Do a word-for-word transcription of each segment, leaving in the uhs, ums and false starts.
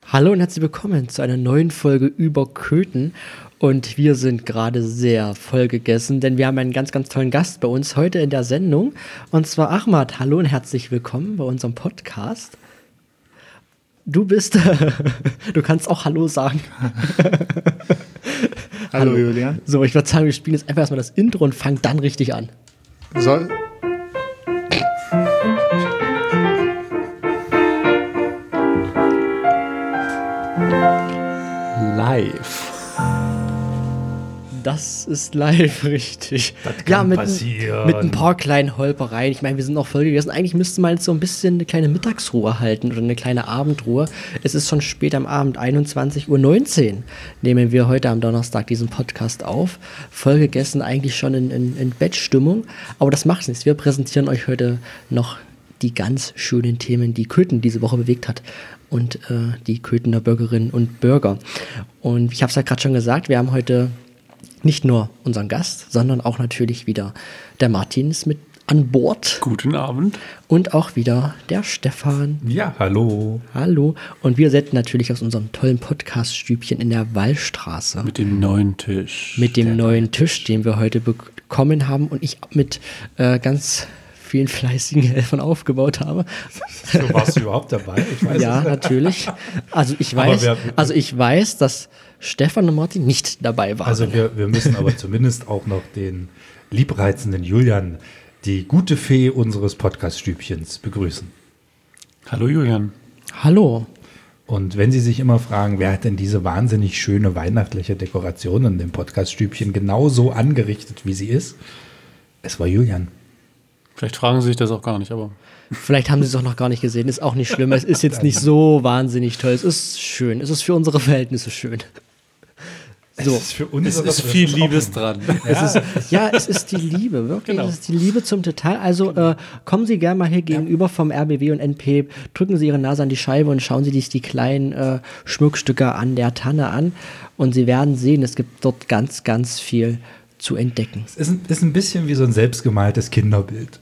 Hallo und herzlich willkommen zu einer neuen Folge über Köthen. Und wir sind gerade sehr voll gegessen, denn wir haben einen ganz, ganz tollen Gast bei uns heute in der Sendung. Und zwar Ahmad. Hallo und herzlich willkommen bei unserem Podcast. Du bist, du kannst auch Hallo sagen. Hallo, Hallo Julian. So, ich würde sagen, wir spielen jetzt einfach erstmal das Intro und fangen dann richtig an. Soll... Live. Das ist live, richtig. Das kann ja, mit, passieren. Mit ein paar kleinen Holpereien. Ich meine, wir sind noch voll gegessen. Eigentlich müsste man jetzt so ein bisschen eine kleine Mittagsruhe halten oder eine kleine Abendruhe. Es ist schon spät am Abend, einundzwanzig Uhr neunzehn nehmen wir heute am Donnerstag diesen Podcast auf. Voll gegessen, eigentlich schon in, in, in Bettstimmung. Aber das macht nichts. Wir präsentieren euch heute noch die ganz schönen Themen, die Köthen diese Woche bewegt hat. Und äh, die Köthener Bürgerinnen und Bürger. Und ich habe es ja gerade schon gesagt, wir haben heute nicht nur unseren Gast, sondern auch natürlich wieder der Martin ist mit an Bord. Guten Abend. Und auch wieder der Stefan. Ja, hallo. Hallo. Und wir senden natürlich aus unserem tollen Podcast-Stübchen in der Wallstraße. Mit dem neuen Tisch. Mit dem neuen Tisch, den wir heute bekommen haben. Und ich mit äh, ganz... vielen fleißigen Helfern aufgebaut habe. So, warst du überhaupt dabei? Ich weiß ja, es. natürlich. Also ich weiß, wir, also ich weiß, dass Stefan und Martin nicht dabei waren. Also wir, wir müssen aber zumindest auch noch den liebreizenden Julian, die gute Fee unseres Podcast-Stübchens, begrüßen. Hallo Julian. Hallo. Und wenn Sie sich immer fragen, wer hat denn diese wahnsinnig schöne weihnachtliche Dekoration in dem Podcast-Stübchen genauso angerichtet, wie sie ist, es war Julian. Vielleicht fragen Sie sich das auch gar nicht, aber... Vielleicht haben Sie es auch noch gar nicht gesehen, ist auch nicht schlimm. Es ist jetzt nicht so wahnsinnig toll. Es ist schön, es ist für unsere Verhältnisse schön. So. Es ist, für uns es ist viel ist Liebes dran. Es ist, ja, es ist die Liebe, wirklich. Genau. Es ist die Liebe zum Detail. Also äh, kommen Sie gerne mal hier gegenüber vom R B W und N P, drücken Sie Ihre Nase an die Scheibe und schauen Sie sich die kleinen äh, Schmuckstücke an der Tanne an. Und Sie werden sehen, es gibt dort ganz, ganz viel zu entdecken. Es ist ein, ist ein bisschen wie so ein selbstgemaltes Kinderbild.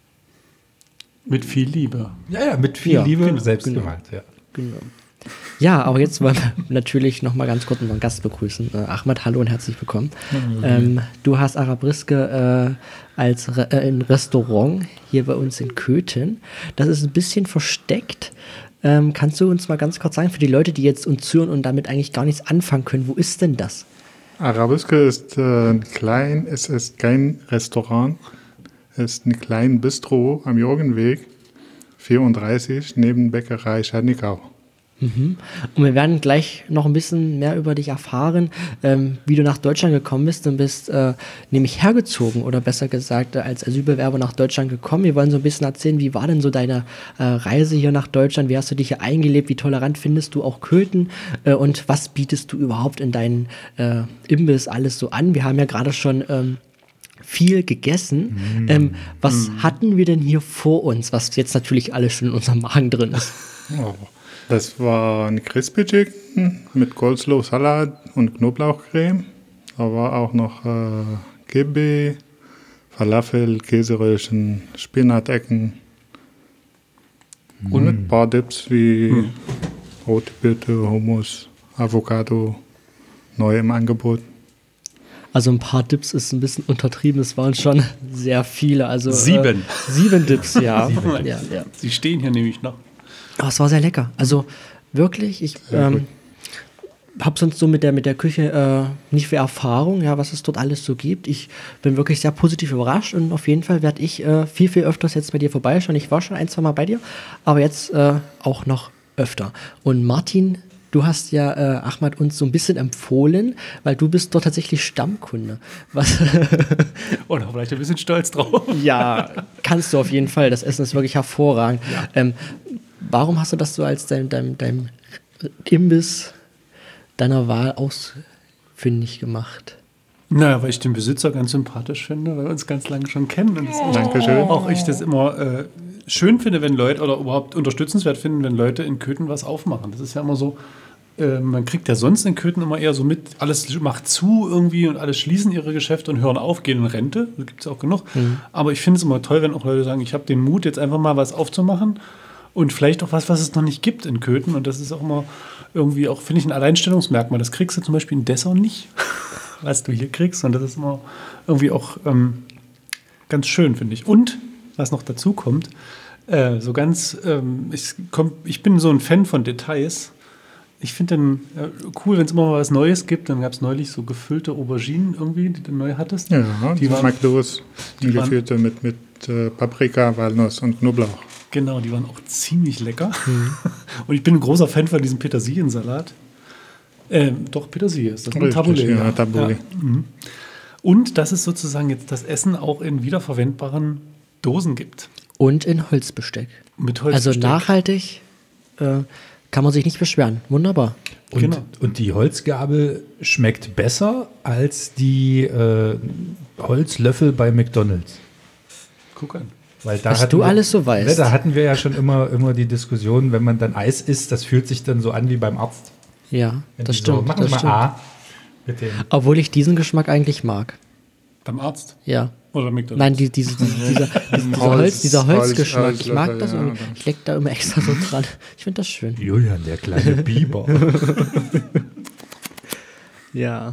Mit viel Liebe. Ja, ja, mit viel ja, Liebe genau, selbst genau. gemalt, ja. Genau. Ja, aber jetzt wollen wir natürlich noch mal ganz kurz unseren Gast begrüßen. Äh, Ahmad, hallo und herzlich willkommen. Mhm. Ähm, du hast Arabriske äh, als Re äh, ein Restaurant hier bei uns in Köthen. Das ist ein bisschen versteckt. Ähm, kannst du uns mal ganz kurz sagen, für die Leute, die jetzt uns zuhören und damit eigentlich gar nichts anfangen können, wo ist denn das? Arabriske ist äh, klein, es ist kein Restaurant. Es ist ein kleines Bistro am Jorgenweg, vierunddreißig, neben Bäckerei Schadnikau. Mhm. Und wir werden gleich noch ein bisschen mehr über dich erfahren, ähm, wie du nach Deutschland gekommen bist und bist äh, nämlich hergezogen oder besser gesagt äh, als Asylbewerber nach Deutschland gekommen. Wir wollen so ein bisschen erzählen, wie war denn so deine äh, Reise hier nach Deutschland, wie hast du dich hier eingelebt, wie tolerant findest du auch Köthen äh, und was bietest du überhaupt in deinen äh, Imbiss alles so an? Wir haben ja gerade schon ähm, viel gegessen. Mm. Ähm, was mm. hatten wir denn hier vor uns, was jetzt natürlich alles schon in unserem Magen drin ist? Oh. Das war ein Crispy Chicken mit Coleslaw-Salat und Knoblauchcreme. Da war auch noch äh, Kibbe, Falafel, Käseröllchen, Spinatecken mm. und ein paar Dips wie mm. rote Beete, Hummus, Avocado, neu im Angebot. Also ein paar Dips ist ein bisschen untertrieben, es waren schon sehr viele. Also, sieben. Äh, sieben Dips, ja. sieben. ja, ja. Sie stehen hier nämlich noch. Aber es war sehr lecker. Also wirklich, ich ähm, habe sonst so mit der, mit der Küche äh, nicht viel Erfahrung, ja, was es dort alles so gibt. Ich bin wirklich sehr positiv überrascht und auf jeden Fall werde ich äh, viel, viel öfters jetzt bei dir vorbeischauen. Ich war schon ein, zwei Mal bei dir, aber jetzt äh, auch noch öfter. Und Martin, du hast ja äh, Ahmad uns so ein bisschen empfohlen, weil du bist dort tatsächlich Stammkunde. Was oh, da vielleicht ein bisschen stolz drauf. Ja, kannst du auf jeden Fall. Das Essen ist wirklich hervorragend. Ja. Ähm, warum hast du das so als dein, dein, dein Imbiss deiner Wahl ausfindig gemacht? Naja, weil ich den Besitzer ganz sympathisch finde, weil wir uns ganz lange schon kennen. Und oh. Dankeschön. Auch ich das immer äh, schön finde, wenn Leute, oder überhaupt unterstützenswert finden, wenn Leute in Köthen was aufmachen. Das ist ja immer so, äh, man kriegt ja sonst in Köthen immer eher so mit, alles macht zu irgendwie und alle schließen ihre Geschäfte und hören auf, gehen in Rente. Da gibt es auch genug. Mhm. Aber ich finde es immer toll, wenn auch Leute sagen, ich habe den Mut, jetzt einfach mal was aufzumachen. Und vielleicht auch was, was es noch nicht gibt in Köthen. Und das ist auch immer irgendwie auch, finde ich, ein Alleinstellungsmerkmal. Das kriegst du zum Beispiel in Dessau nicht, was du hier kriegst. Und das ist immer irgendwie auch ähm, ganz schön, finde ich. Und was noch dazu kommt, äh, so ganz, ähm, ich, komm, ich bin so ein Fan von Details. Ich finde dann äh, cool, wenn es immer mal was Neues gibt. Dann gab es neulich so gefüllte Auberginen irgendwie, die du neu hattest. Ja, die die waren, Magdos, die die waren- gefüllte mit, mit äh, Paprika, Walnuss und Knoblauch. Genau, die waren auch ziemlich lecker. Und ich bin ein großer Fan von diesem Petersiliensalat. Ähm, doch, Petersilie ist das. Ne? Richtig, Tabbouleh. ja, Tabbouleh. Mhm. Und dass es sozusagen jetzt das Essen auch in wiederverwendbaren Dosen gibt. Und in Holzbesteck. Mit Also Holzbesteck. nachhaltig äh, kann man sich nicht beschweren. Wunderbar. Und, Genau. und die Holzgabel schmeckt besser als die äh, Holzlöffel bei McDonald's. Guck an. Weil da Was hatten du wir, alles so weißt. Ne, da hatten wir ja schon immer, immer die Diskussion, wenn man dann Eis isst, das fühlt sich dann so an wie beim Arzt. Ja, Wenn das die so, stimmt. machen das Sie mal stimmt. A mit dem. Obwohl ich diesen Geschmack eigentlich mag. Beim Arzt? Ja. Oder McDonald's? Nein, die, diese, diese, dieser, dieser, Holz- Holz, dieser Holzgeschmack. Holz- Ich mag Holzlöffel, das ja, irgendwie. oder? Ich leck da immer extra so dran. Ich finde das schön. Julian, der kleine Biber. Ja.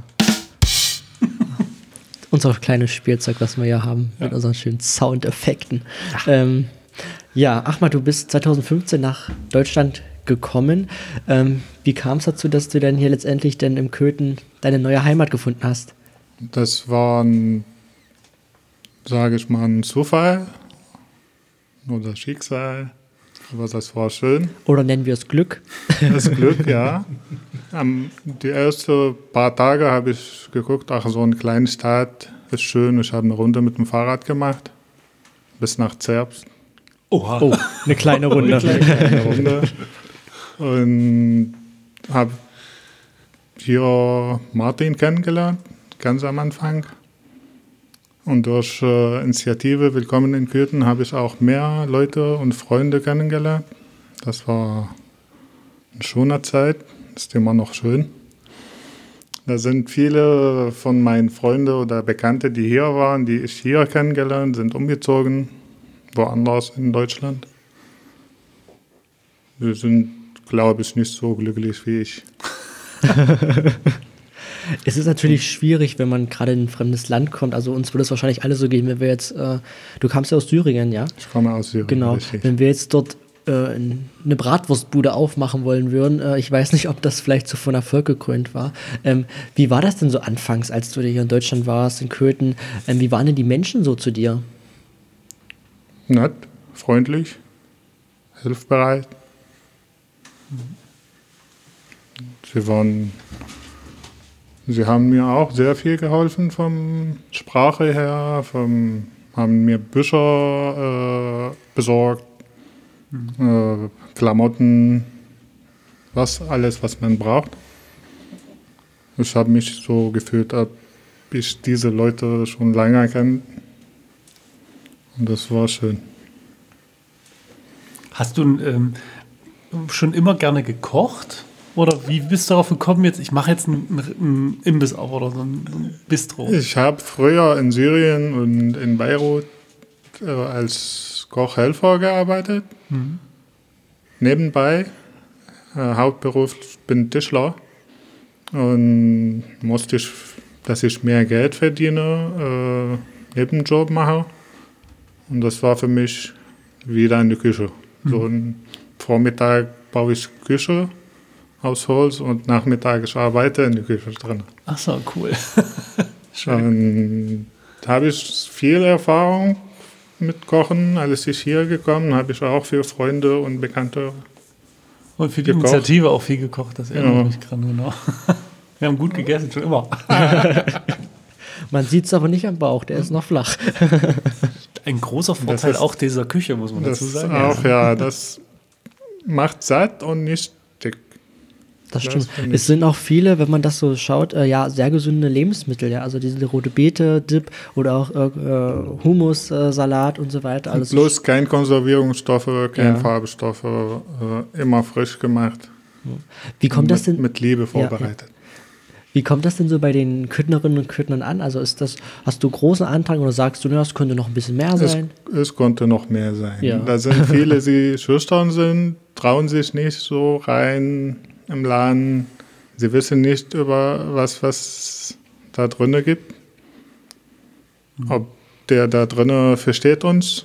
Unser kleines Spielzeug, was wir ja haben, mit unseren schönen Soundeffekten. Ähm, ja, Ahmad, du bist zwanzig fünfzehn nach Deutschland gekommen. Ähm, wie kam es dazu, dass du dann hier letztendlich denn im Köthen deine neue Heimat gefunden hast? Das war ein, sage ich mal, ein Zufall oder Schicksal, aber das war schön. Oder nennen wir es Glück? Das Glück, ja. Am, die ersten paar Tage habe ich geguckt, ach, so eine kleine Stadt ist schön. Ich habe eine Runde mit dem Fahrrad gemacht, bis nach Zerbst. Oha. Oh, eine kleine Runde. Eine Runde. Und habe hier Martin kennengelernt, ganz am Anfang. Und durch äh, Initiative Willkommen in Köthen habe ich auch mehr Leute und Freunde kennengelernt. Das war eine schöne Zeit, ist immer noch schön. Da sind viele von meinen Freunden oder Bekannten, die hier waren, die ich hier kennengelernt, sind umgezogen, woanders in Deutschland. Sie sind, glaube ich, nicht so glücklich wie ich. Es ist natürlich schwierig, wenn man gerade in ein fremdes Land kommt. Also uns würde es wahrscheinlich alle so gehen, wenn wir jetzt, äh, du kamst ja aus Thüringen, ja? Ich komme aus Syrien. Genau. Richtig. Wenn wir jetzt dort äh, eine Bratwurstbude aufmachen wollen würden, äh, ich weiß nicht, ob das vielleicht so von Erfolg gekrönt war. Ähm, wie war das denn so anfangs, als du hier in Deutschland warst, in Köthen? Ähm, wie waren denn die Menschen so zu dir? Nett, freundlich, hilfsbereit. Sie waren, sie haben mir auch sehr viel geholfen vom Sprache her, vom, haben mir Bücher äh, besorgt, äh, Klamotten, was alles, was man braucht. Ich habe mich so gefühlt, ob ich diese Leute schon länger kenne. Und das war schön. Hast du ähm, schon immer gerne gekocht? Oder wie bist du darauf gekommen, jetzt, ich mache jetzt einen, einen Imbiss auf oder so ein, ein Bistro? Ich habe früher in Syrien und in Beirut äh, als Kochhelfer gearbeitet. Mhm. Nebenbei, äh, Hauptberuf, ich bin Tischler. Und musste ich, dass ich mehr Geld verdiene, äh, Nebenjob mache. Und das war für mich wieder in die Küche. Mhm. So ein Vormittag baue ich Küche aus Holz und Nachmittag ich arbeite in der Küche drin. Ach so, cool. Dann habe ich viel Erfahrung mit Kochen. Als ich hier gekommen habe ich auch für Freunde und Bekannte. Und für die gekocht. Initiative auch viel gekocht, das erinnere Ja. mich gerade genau. Wir haben gut gegessen, schon immer. Man sieht es aber nicht am Bauch, der ist noch flach. Ein großer Vorteil ist- auch dieser Küche, muss man Das dazu ist sagen. auch, ja, das macht satt und nicht dick. Das Das stimmt. finde Es ich- sind auch viele, wenn man das so schaut, äh, ja, sehr gesunde Lebensmittel, ja. Also diese rote Beete-Dip oder auch äh, äh, Hummus-Salat und so weiter. Alles Bloß kein Konservierungsstoffe, keine Ja. Farbstoffe, äh, immer frisch gemacht. Wie kommt das mit, denn? mit Liebe ja. vorbereitet. Wie Wie kommt das denn so bei den Köthnerinnen und Köthnern an? Also ist das, hast du großen Antrag oder sagst du, na, das könnte noch ein bisschen mehr Es, sein? es konnte noch mehr sein. Ja. Da sind viele, die schüchtern sind, trauen sich nicht so rein im Laden. Sie wissen nicht über was, was da drinnen gibt. Ob der da drinnen versteht uns.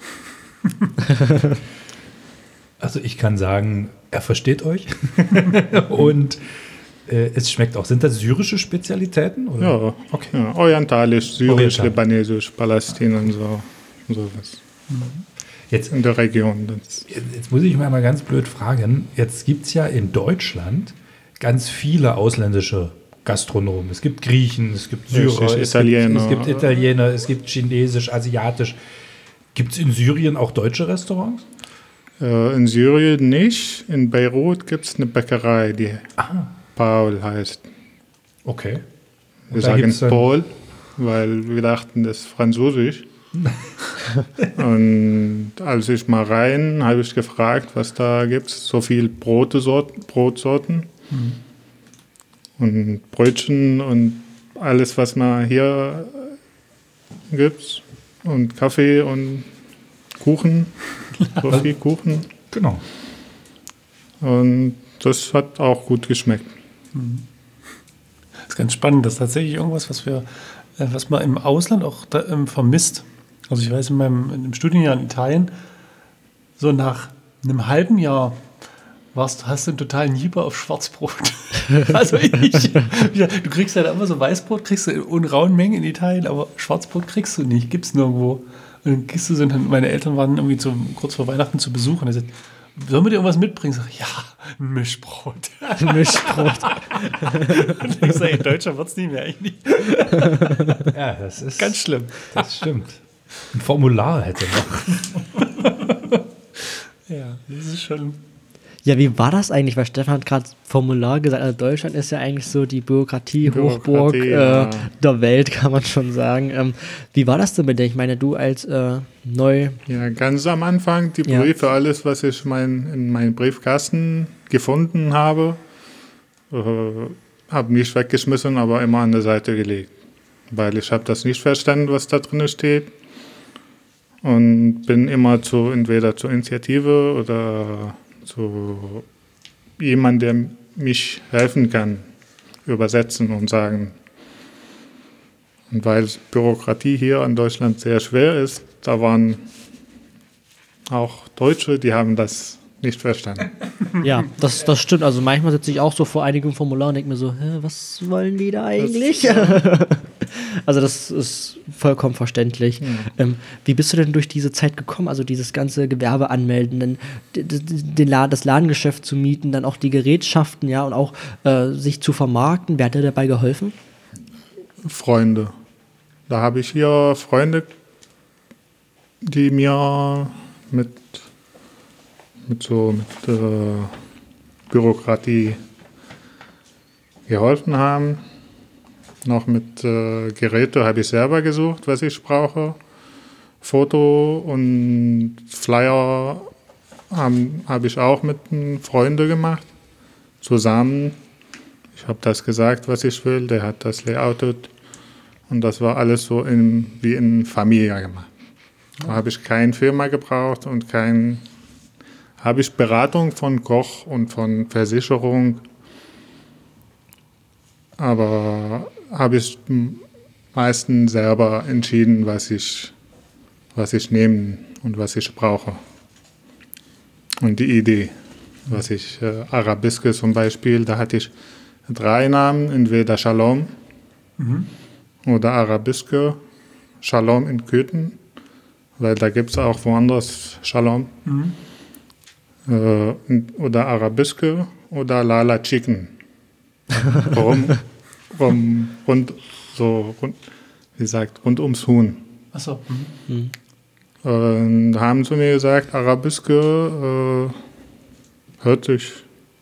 Also ich kann sagen, er versteht euch. Und äh, es schmeckt auch. Sind das syrische Spezialitäten? Oder? Ja, Okay. ja, orientalisch, syrisch, Oriental. libanesisch, Palästina und so. Und sowas. Jetzt, In der Region. Das, jetzt muss ich mal, mal ganz blöd fragen. Jetzt gibt es ja in Deutschland ganz viele ausländische Gastronomen. Es gibt Griechen, es gibt Syrer, Richtig, es, Italiener. Gibt, es gibt Italiener, es gibt Chinesisch, Asiatisch. Gibt es in Syrien auch deutsche Restaurants? äh, in Syrien nicht. In Beirut gibt es eine Bäckerei, die Ah, Paul heißt. okay. Wir da sagen gibt's dann- Paul, weil wir dachten, das ist Französisch. Und als ich mal rein, habe ich gefragt, was da gibt. So viel Brotesorten, Brotsorten und Brötchen und alles, was man hier gibt. Und Kaffee und Kuchen, so viel Kuchen. Genau. Und das hat auch gut geschmeckt. Das ist ganz spannend. Das ist tatsächlich irgendwas, was wir, äh, was man im Ausland auch da, ähm, vermisst. Also ich weiß, in meinem in dem Studienjahr in Italien, so nach einem halben Jahr warst, hast du einen totalen Hieber auf Schwarzbrot. Also ich, du kriegst ja immer so Weißbrot, kriegst du in rauen Mengen in Italien, aber Schwarzbrot kriegst du nicht, gibt's nirgendwo. Und dann gehst du so, und meine Eltern waren irgendwie zu, kurz vor Weihnachten zu Besuch und er sagt, sollen wir dir irgendwas mitbringen? Sag ich, ja, ein Mischbrot. Mischbrot. Und ich sage, in Deutschland wird es nicht mehr eigentlich. Ja, das ist Ganz schlimm. Das stimmt. Ein Formular hätte noch. Ja, das ist schon. Ja, wie war das eigentlich? Weil Stefan hat gerade Formular gesagt, also Deutschland ist ja eigentlich so die Bürokratie-Hochburg Bürokratie, äh, ja. der Welt, kann man schon sagen. Ähm, wie war das denn bei dir? Ich meine, du als äh, neu... Ja, ganz am Anfang die Ja. Briefe, alles, was ich mein, in meinem Briefkasten gefunden habe, äh, habe nicht weggeschmissen, aber immer an der Seite gelegt. Weil ich habe das nicht verstanden, was da drin steht. Und bin immer zu, entweder zur Initiative oder zu jemandem, der mich helfen kann, übersetzen und sagen. Und weil Bürokratie hier in Deutschland sehr schwer ist, da waren auch Deutsche, die haben das nicht verstanden. Ja, das, das stimmt. Also manchmal sitze ich auch so vor einigem Formular und denke mir so, hä, was wollen die da eigentlich? Also das ist vollkommen verständlich. Ähm, wie bist du denn durch diese Zeit gekommen? Also dieses ganze Gewerbe anmelden, dann d- d- den La- das Ladengeschäft zu mieten, dann auch die Gerätschaften, ja, und auch äh, sich zu vermarkten. Wer hat dir dabei geholfen? Freunde. Da habe ich hier Freunde, die mir mit, mit so mit äh, Bürokratie geholfen haben. Noch mit äh, Geräte habe ich selber gesucht, was ich brauche. Foto und Flyer habe hab ich auch mit einem Freunde gemacht, zusammen. Ich habe das gesagt, was ich will, der hat das layoutet und das war alles so in, wie in Familie gemacht. Da habe ich keine Firma gebraucht und kein, habe ich Beratung von Koch und von Versicherung, aber habe ich meistens selber entschieden, was ich, was ich nehme und was ich brauche. Und die Idee, was ich, äh, Arabiske zum Beispiel, da hatte ich drei Namen, entweder Shalom oder Arabiske, Shalom in Köthen, weil da gibt es auch woanders Shalom, äh, oder Arabiske oder Lala Chicken. Warum? Rum, rund, so, rund, wie gesagt, rund ums Huhn. Achso. Und haben zu mir gesagt, Arabiske äh, hört sich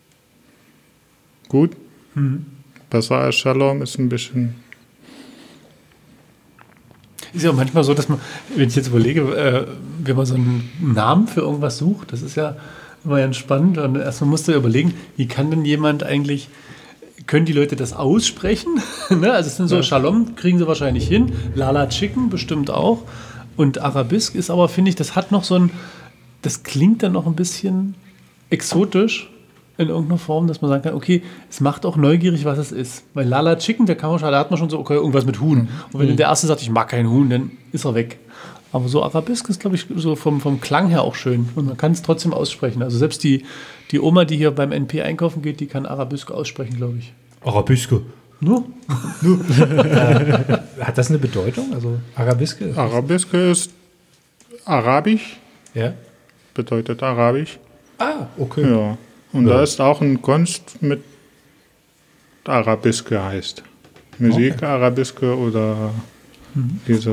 gut, besser als Shalom, ist ein bisschen. Ist ja auch manchmal so, dass man, wenn ich jetzt überlege, äh, wenn man so einen Namen für irgendwas sucht, das ist ja immer ganz spannend. Und erstmal musst du überlegen, wie kann denn jemand eigentlich können die Leute das aussprechen? Ne? Also es sind so Ja. Shalom, kriegen sie wahrscheinlich hin. Lala Chicken bestimmt auch. Und Arabisk ist aber, finde ich, das hat noch so ein, das klingt dann noch ein bisschen exotisch in irgendeiner Form, dass man sagen kann, okay, es macht auch neugierig, was es ist. Weil Lala Chicken, da, kann man schon, da hat man schon so, okay, irgendwas mit Huhn. Und wenn dann der Erste sagt, ich mag kein Huhn, dann ist er weg. Aber so Arabisk ist, glaube ich, so vom, vom Klang her auch schön. Und man kann es trotzdem aussprechen. Also selbst die, die Oma, die hier beim N P einkaufen geht, die kann Arabisk aussprechen, glaube ich. Arabiske. Nur? Hat das eine Bedeutung? Also Arabiske? Arabiske ist Arabisch, Ja. bedeutet Arabisch. Ah, okay. Ja. Und Ja. da ist auch eine Kunst mit Arabiske heißt. Musik Okay. Arabiske oder diese.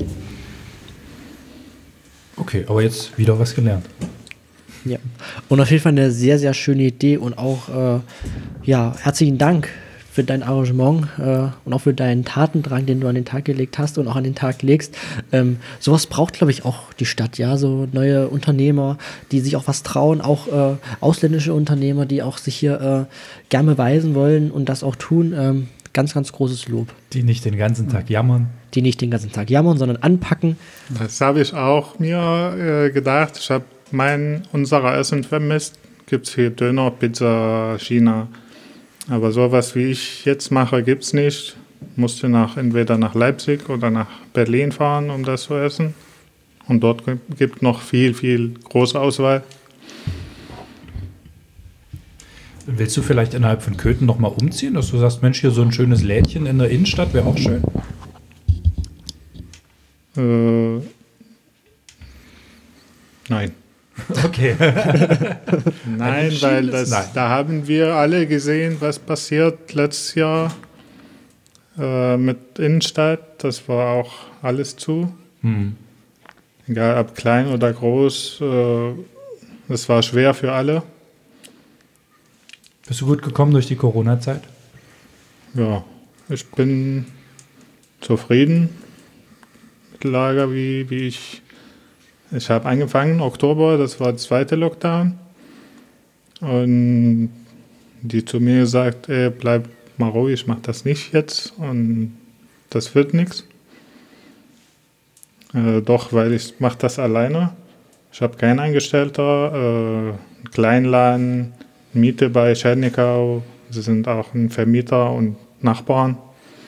Okay, aber jetzt wieder was gelernt. Ja. Und auf jeden Fall eine sehr, sehr schöne Idee und auch, äh, ja, herzlichen Dank für dein Engagement äh, und auch für deinen Tatendrang, den du an den Tag gelegt hast und auch an den Tag legst. Ähm, sowas braucht, glaube ich, auch die Stadt, ja, so neue Unternehmer, die sich auch was trauen, auch äh, ausländische Unternehmer, die auch sich hier äh, gern beweisen wollen und das auch tun. Ähm, ganz, ganz großes Lob. Die nicht den ganzen Tag jammern. Die nicht den ganzen Tag jammern, sondern anpacken. Das habe ich auch mir äh, gedacht. Ich habe mein, unser Essen vermisst. Gibt es hier Döner, Pizza, China. Aber sowas wie ich jetzt mache, gibt es nicht. Musste nach, entweder nach Leipzig oder nach Berlin fahren, um das zu essen. Und dort gibt es noch viel, viel große Auswahl. Willst du vielleicht innerhalb von Köthen nochmal umziehen, dass du sagst, Mensch, hier so ein schönes Lädchen in der Innenstadt wäre auch schön? Äh, nein. Okay. Nein, Ein weil entschiedenes das, Nein. da haben wir alle gesehen, was passiert letztes Jahr äh, mit Innenstadt. Das war auch alles zu. Hm. Egal ob klein oder groß. Äh, das war schwer für alle. Bist du gut gekommen durch die Corona-Zeit? Ja, ich bin zufrieden mit der Lage, wie, wie ich. Ich habe angefangen, Oktober, das war der zweite Lockdown. Und die zu mir gesagt, ey, bleib mal ruhig, ich mach das nicht jetzt und das wird nichts. Äh, doch, weil ich mache das alleine. Ich habe keinen Angestellter, äh, einen Kleinladen, Miete bei Tschernigau. Sie sind auch ein Vermieter und Nachbarn.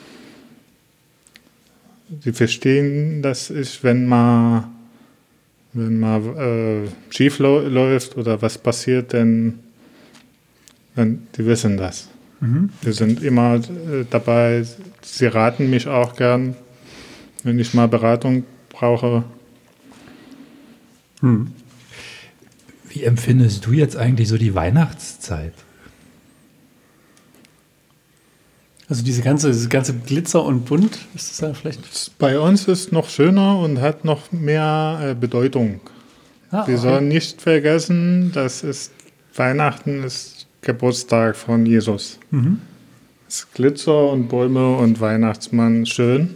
Sie verstehen, dass ich, wenn man, wenn man äh, schief lo- läuft oder was passiert, dann, dann die wissen das. Mhm. Die sind immer äh, dabei. Sie raten mich auch gern, wenn ich mal Beratung brauche. Hm. Wie empfindest du jetzt eigentlich so die Weihnachtszeit? Also diese ganze, diese ganze Glitzer und Bunt, ist das ja vielleicht. Bei uns ist es noch schöner und hat noch mehr äh, Bedeutung. Ah, Wir okay. sollen nicht vergessen, dass es Weihnachten ist Geburtstag von Jesus. Mhm. Es ist Glitzer und Bäume und Weihnachtsmann schön.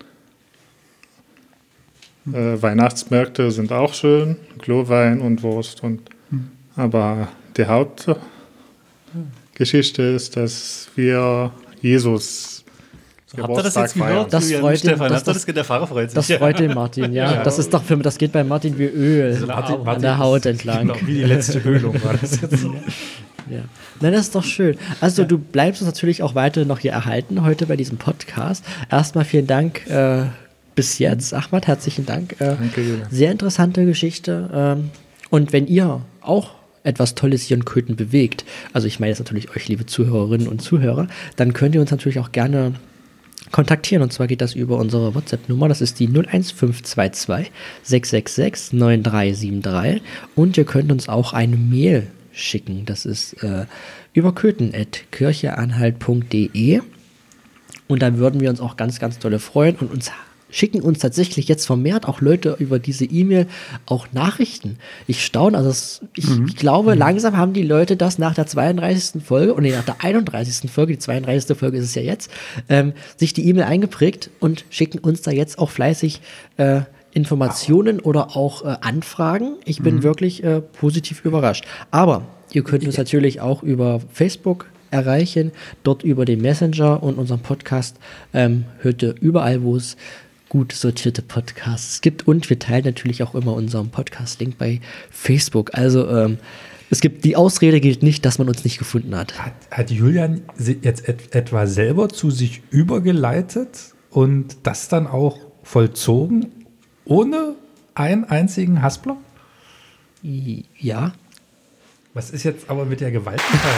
Äh, Weihnachtsmärkte sind auch schön, Glühwein und Wurst. Und, aber die Hauptgeschichte ist, dass wir Jesus Habt ihr das Geburtstag jetzt feiern. gehört? Das Julian freut ihn, Stefan, das- habt ihr das- der Fahrer freut sich. Das freut den Martin, ja. Das ist doch für, das geht bei Martin wie Öl Martin- an der Haut entlang. Genau, wie die letzte Höhlung war das jetzt. Ja. Nein, das ist doch schön. Also du bleibst uns natürlich auch weiter noch hier erhalten heute bei diesem Podcast. Erstmal vielen Dank äh, bis jetzt, Ahmad, herzlichen Dank. Äh, Danke, Julian. sehr interessante Geschichte. Ähm, und wenn ihr auch etwas Tolles hier in Köthen bewegt, also ich meine jetzt natürlich euch, liebe Zuhörerinnen und Zuhörer, dann könnt ihr uns natürlich auch gerne kontaktieren. Und zwar geht das über unsere WhatsApp-Nummer. Das ist die null eins fünf zwei zwei sechs sechs sechs neun drei sieben drei. Und ihr könnt uns auch eine Mail schicken. Das ist äh, über köthen at kircheanhalt punkt de. Und da würden wir uns auch ganz, ganz dolle freuen und uns schicken uns tatsächlich jetzt vermehrt auch Leute über diese E-Mail auch Nachrichten. Ich staune, also es, ich, ich glaube, langsam haben die Leute das nach der zweiunddreißigsten Folge, und nee, nach der einunddreißigsten Folge, die zweiunddreißigste Folge ist es ja jetzt, ähm, sich die E-Mail eingeprägt und schicken uns da jetzt auch fleißig äh, Informationen oder auch äh, Anfragen. Ich bin wirklich äh, positiv überrascht. Aber ihr könnt uns natürlich auch über Facebook, erreichen, dort über den Messenger und unseren Podcast. Ähm, hört ihr überall, wo es gut sortierte Podcasts gibt. Und wir teilen natürlich auch immer unseren Podcast-Link bei Facebook. Also ähm, es gibt, die Ausrede gilt nicht, dass man uns nicht gefunden hat. Hat, hat Julian si- jetzt et- etwa selber zu sich übergeleitet und das dann auch vollzogen, ohne einen einzigen Haspler? Ja. Was ist jetzt aber mit der Gewaltenteilung?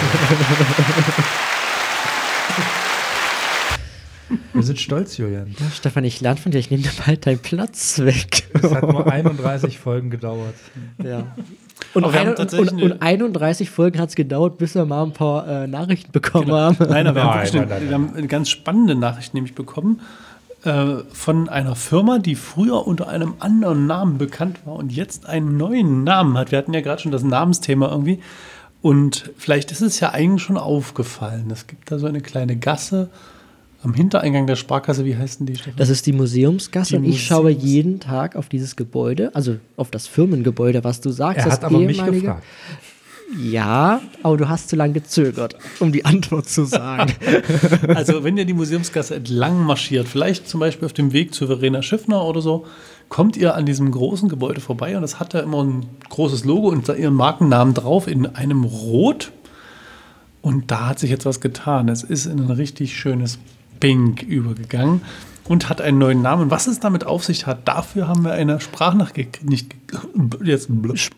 Wir sind stolz, Julian. Ja, Stefan, ich lerne von dir, ich nehme dir bald deinen Platz weg. Es hat nur einunddreißig Folgen gedauert. Ja. Und, Aber wir haben ein, tatsächlich und, eine- und einunddreißig Folgen hat es gedauert, bis wir mal ein paar äh, Nachrichten bekommen haben. Nein, aber wir, haben Nein, wirklich nein, eine, nein, wir haben eine ganz spannende Nachricht nämlich bekommen äh, von einer Firma, die früher unter einem anderen Namen bekannt war und jetzt einen neuen Namen hat. Wir hatten ja gerade schon das Namensthema irgendwie. Und vielleicht ist es ja eigentlich schon aufgefallen. Es gibt da so eine kleine Gasse am Hintereingang der Sparkasse. Wie heißt denn die, Stefan? Das ist die Museumsgasse Die und ich schaue Museums- jeden Tag auf dieses Gebäude, also auf das Firmengebäude, was du sagst. Er das hat aber mich ehemalige. gefragt. Ja, aber du hast zu lange gezögert, um die Antwort zu sagen. Also wenn ihr die Museumsgasse entlang marschiert, vielleicht zum Beispiel auf dem Weg zu Verena Schiffner oder so, kommt ihr an diesem großen Gebäude vorbei und das hat da immer ein großes Logo und da ihren Markennamen drauf in einem Rot. Und da hat sich jetzt was getan. Es ist in ein richtig schönes Pink übergegangen und hat einen neuen Namen. Was es damit auf sich hat, dafür haben wir eine Sprachnachricht, nicht jetzt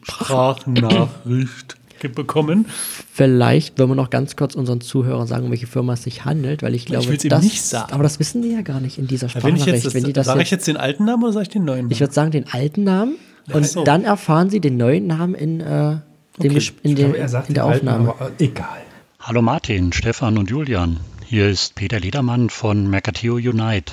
Sprachnachricht bekommen. Vielleicht wollen wir noch ganz kurz unseren Zuhörern sagen, um welche Firma es sich handelt, weil ich glaube, will's eben das, nicht sagen. aber das wissen die ja gar nicht in dieser Wenn ich Sprachnachricht. jetzt, Wenn die das, das sage jetzt, ich jetzt den alten Namen oder sage ich den neuen Namen? ich würde sagen, den alten Namen und so. dann erfahren sie den neuen Namen in, äh, dem Okay. Ges- in, Ich dem, glaube, er sagt in der den alten, Aufnahme. aber äh, egal. Hallo Martin, Stefan und Julian. Hier ist Peter Ledermann von Mercateo Unite.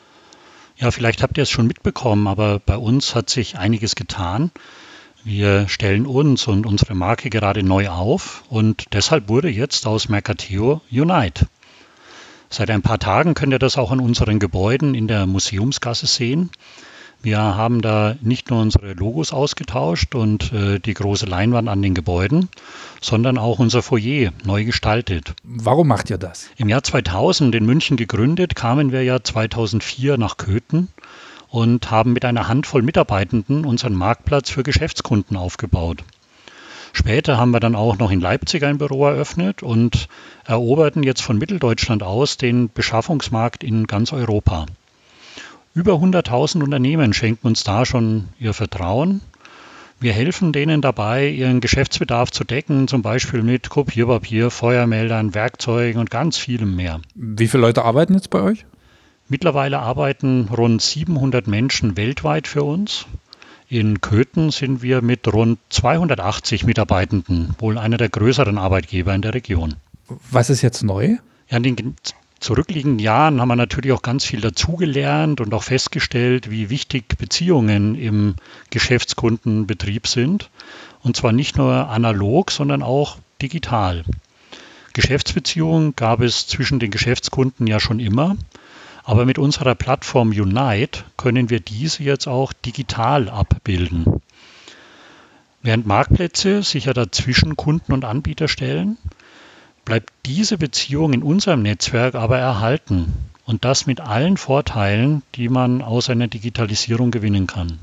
Ja, vielleicht habt ihr es schon mitbekommen, aber bei uns hat sich einiges getan. Wir stellen uns und unsere Marke gerade neu auf und deshalb wurde jetzt aus Mercateo Unite. Seit ein paar Tagen könnt ihr das auch an unseren Gebäuden in der Museumsgasse sehen. Wir haben da nicht nur unsere Logos ausgetauscht und äh, die große Leinwand an den Gebäuden, sondern auch unser Foyer neu gestaltet. Warum macht ihr das? Im Jahr zweitausend in München gegründet, kamen wir ja zweitausendvier nach Köthen und haben mit einer Handvoll Mitarbeitenden unseren Marktplatz für Geschäftskunden aufgebaut. Später haben wir dann auch noch in Leipzig ein Büro eröffnet und eroberten jetzt von Mitteldeutschland aus den Beschaffungsmarkt in ganz Europa. Über hunderttausend Unternehmen schenken uns da schon ihr Vertrauen. Wir helfen denen dabei, ihren Geschäftsbedarf zu decken, zum Beispiel mit Kopierpapier, Feuermeldern, Werkzeugen und ganz vielem mehr. Wie viele Leute arbeiten jetzt bei euch? Mittlerweile arbeiten rund siebenhundert Menschen weltweit für uns. In Köthen sind wir mit rund zweihundertachtzig Mitarbeitenden wohl einer der größeren Arbeitgeber in der Region. Was ist jetzt neu? Ja, in den zurückliegenden Jahren haben wir natürlich auch ganz viel dazugelernt und auch festgestellt, wie wichtig Beziehungen im Geschäftskundenbetrieb sind. Und zwar nicht nur analog, sondern auch digital. Geschäftsbeziehungen gab es zwischen den Geschäftskunden ja schon immer. Aber mit unserer Plattform Unite können wir diese jetzt auch digital abbilden. Während Marktplätze sich ja dazwischen Kunden und Anbieter stellen, bleibt diese Beziehung in unserem Netzwerk aber erhalten. Und das mit allen Vorteilen, die man aus einer Digitalisierung gewinnen kann.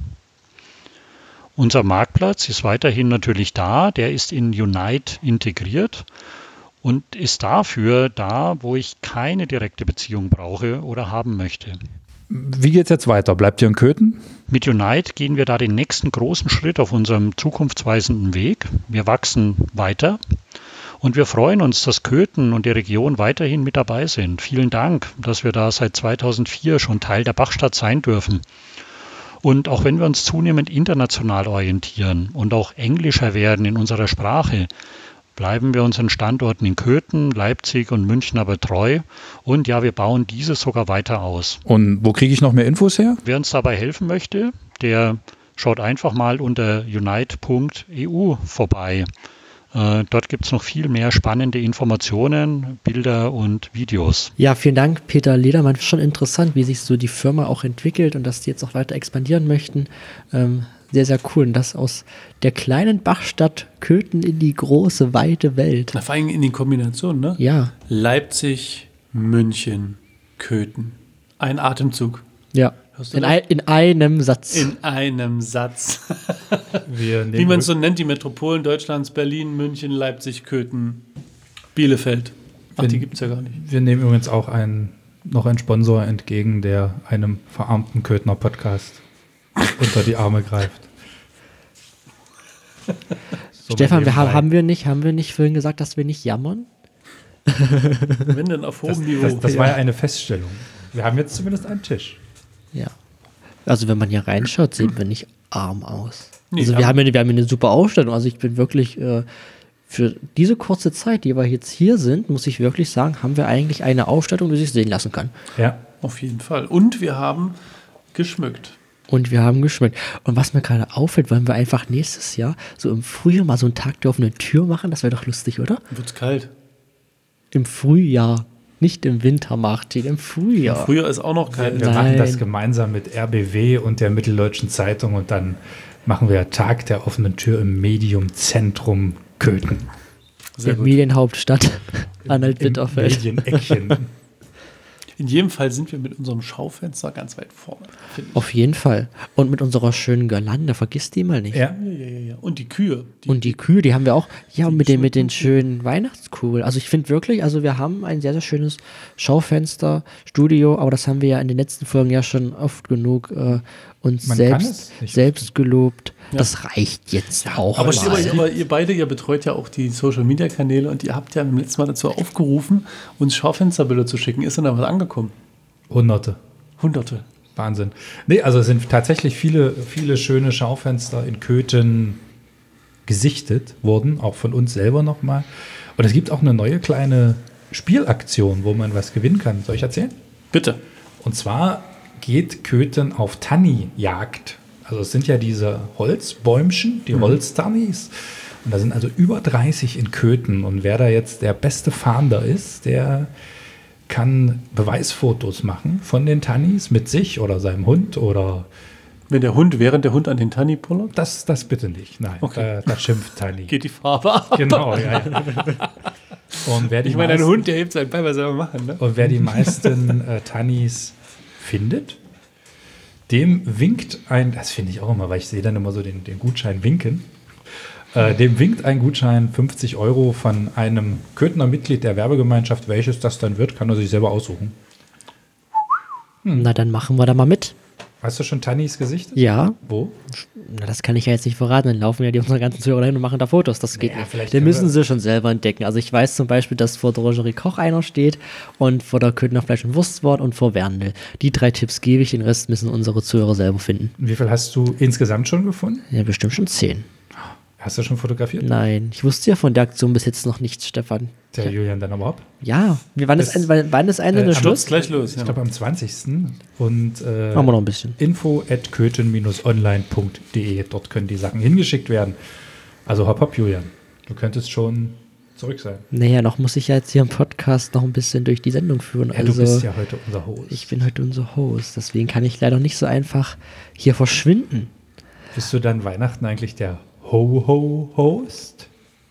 Unser Marktplatz ist weiterhin natürlich da, der ist in Unite integriert und ist dafür da, wo ich keine direkte Beziehung brauche oder haben möchte. Wie geht es jetzt weiter? Bleibt ihr in Köthen? Mit Unite gehen wir da den nächsten großen Schritt auf unserem zukunftsweisenden Weg. Wir wachsen weiter und wir freuen uns, dass Köthen und die Region weiterhin mit dabei sind. Vielen Dank, dass wir da seit zweitausendvier schon Teil der Bachstadt sein dürfen. Und auch wenn wir uns zunehmend international orientieren und auch englischer werden in unserer Sprache, bleiben wir unseren Standorten in Köthen, Leipzig und München aber treu. Und ja, wir bauen diese sogar weiter aus. Und wo kriege ich noch mehr Infos her? Wer uns dabei helfen möchte, der schaut einfach mal unter unite punkt e u vorbei. Äh, dort gibt es noch viel mehr spannende Informationen, Bilder und Videos. Ja, vielen Dank, Peter Ledermann. Schon interessant, wie sich so die Firma auch entwickelt und dass die jetzt auch weiter expandieren möchten. Ähm, sehr, sehr cool. Und das aus der kleinen Bachstadt Köthen in die große, weite Welt. Na, vor allem in den Kombinationen, ne? Ja, Leipzig, München, Köthen. Ein Atemzug. ja. Hörst du In, das? ein, in einem Satz. In einem Satz. Wir nehmen Wie man es so nennt, die Metropolen Deutschlands, Berlin, München, Leipzig, Köthen, Bielefeld. Ach, die gibt es ja gar nicht. Wir nehmen übrigens auch einen, noch einen Sponsor entgegen, der einem verarmten Köthner Podcast unter die Arme greift. So Stefan, mal wir haben, nebenbei. haben, wir nicht, haben wir nicht vorhin gesagt, dass wir nicht jammern? Wenn denn auf hohem Das, Niveau. das, das war ja eine Feststellung. Wir haben jetzt zumindest einen Tisch. Ja. Also wenn man hier reinschaut, sehen wir nicht arm aus. Nee, also aber- wir haben, ja, wir haben ja eine super Ausstellung. Also ich bin wirklich, äh, für diese kurze Zeit, die wir jetzt hier sind, muss ich wirklich sagen, haben wir eigentlich eine Ausstellung, die sich sehen lassen kann. Ja. Auf jeden Fall. Und wir haben geschmückt. Und wir haben geschmückt. Und was mir gerade auffällt, wollen wir einfach nächstes Jahr so im Frühjahr mal so einen Tag der offenen Tür machen? Das wäre doch lustig, oder? Wird's kalt. Im Frühjahr. Nicht im Winter, Martin, im Frühjahr. Früher ist auch noch kalt. Wir Nein. machen das gemeinsam mit R B W und der Mitteldeutschen Zeitung und dann machen wir Tag der offenen Tür im Mediumzentrum Köthen. Sehr Der gut. Medienhauptstadt, Im Anhalt-Bitterfeld. Medieneckchen. In jedem Fall sind wir mit unserem Schaufenster ganz weit vorne. finde ich. Auf jeden Fall. Und mit unserer schönen Girlande, vergiss die mal nicht. Ja. Ja, ja, ja, ja. Und die Kühe. Die, Und die Kühe, die haben wir auch, ja, die mit den, mit den schmücken schönen Weihnachtskugeln. Also ich finde wirklich, also wir haben ein sehr, sehr schönes Schaufenster, Studio, aber das haben wir ja in den letzten Folgen ja schon oft genug äh, uns Man kann es selbst, nicht selbst gelobt. Ja. Das reicht jetzt auch aber, mal. aber, aber ihr beide, ihr betreut ja auch die Social-Media-Kanäle und ihr habt ja beim letzten Mal dazu aufgerufen, uns Schaufensterbilder zu schicken. Ist denn da was angekommen? Hunderte. Hunderte. Wahnsinn. Nee, also es sind tatsächlich viele, viele schöne Schaufenster in Köthen gesichtet worden, auch von uns selber nochmal. Und es gibt auch eine neue kleine Spielaktion, wo man was gewinnen kann. Soll ich erzählen? Bitte. Und zwar geht Köthen auf Tanni-Jagd. Also es sind ja diese Holzbäumchen, die Holztannis. Und da sind also über dreißig in Köthen. Und wer da jetzt der beste Fahnder ist, der kann Beweisfotos machen von den Tannis mit sich oder seinem Hund oder Wenn der Hund, während der Hund an den Tanni pullert, das, das bitte nicht. Nein, Okay. da, da schimpft Tanni. geht die Farbe ab. Genau, ja. ja. Und wer die Ich meine, ein meisten- Hund, der hebt seinen Bein, was soll er machen, ne? Und wer die meisten äh, Tannis findet, dem winkt ein, das finde ich auch immer, weil ich sehe dann immer so den, den Gutschein winken, äh, dem winkt ein Gutschein fünfzig Euro von einem Köthener Mitglied der Werbegemeinschaft. Welches das dann wird, kann er sich selber aussuchen. Na, dann machen wir da mal mit. Hast du schon Tannis gesichtet? Ja, Wo? na, das kann ich ja jetzt nicht verraten. Dann laufen ja die unsere ganzen Zuhörer dahin und machen da Fotos. Das geht Naja, nicht. vielleicht Den können müssen wir- sie schon selber entdecken. Also ich weiß zum Beispiel, dass vor der Drogerie Koch einer steht und vor der Köthener Fleisch- und Wurstwort und vor Werndl. Die drei Tipps gebe ich, den Rest müssen unsere Zuhörer selber finden. Wie viel hast du insgesamt schon gefunden? Ja, bestimmt schon zehn. Hast du schon fotografiert? Nein, ich wusste ja von der Aktion bis jetzt noch nichts, Stefan. Der Julian dann aber ab. Ja, wir wann ist, Das- ein, wann wann ist Ende äh, des am Schluss? Gleich los. Ich Ja. glaube am zwanzigsten Und äh, Machen wir noch ein bisschen. info at köthen online punkt de. Dort können die Sachen hingeschickt werden. Also hopp hopp, Julian. Du könntest schon zurück sein. Naja, noch muss ich ja jetzt hier im Podcast noch ein bisschen durch die Sendung führen. Ja, also, du bist ja heute unser Host. ich bin heute unser Host, deswegen kann ich leider nicht so einfach hier verschwinden. Bist du dann Weihnachten eigentlich der Ho-Ho-Host?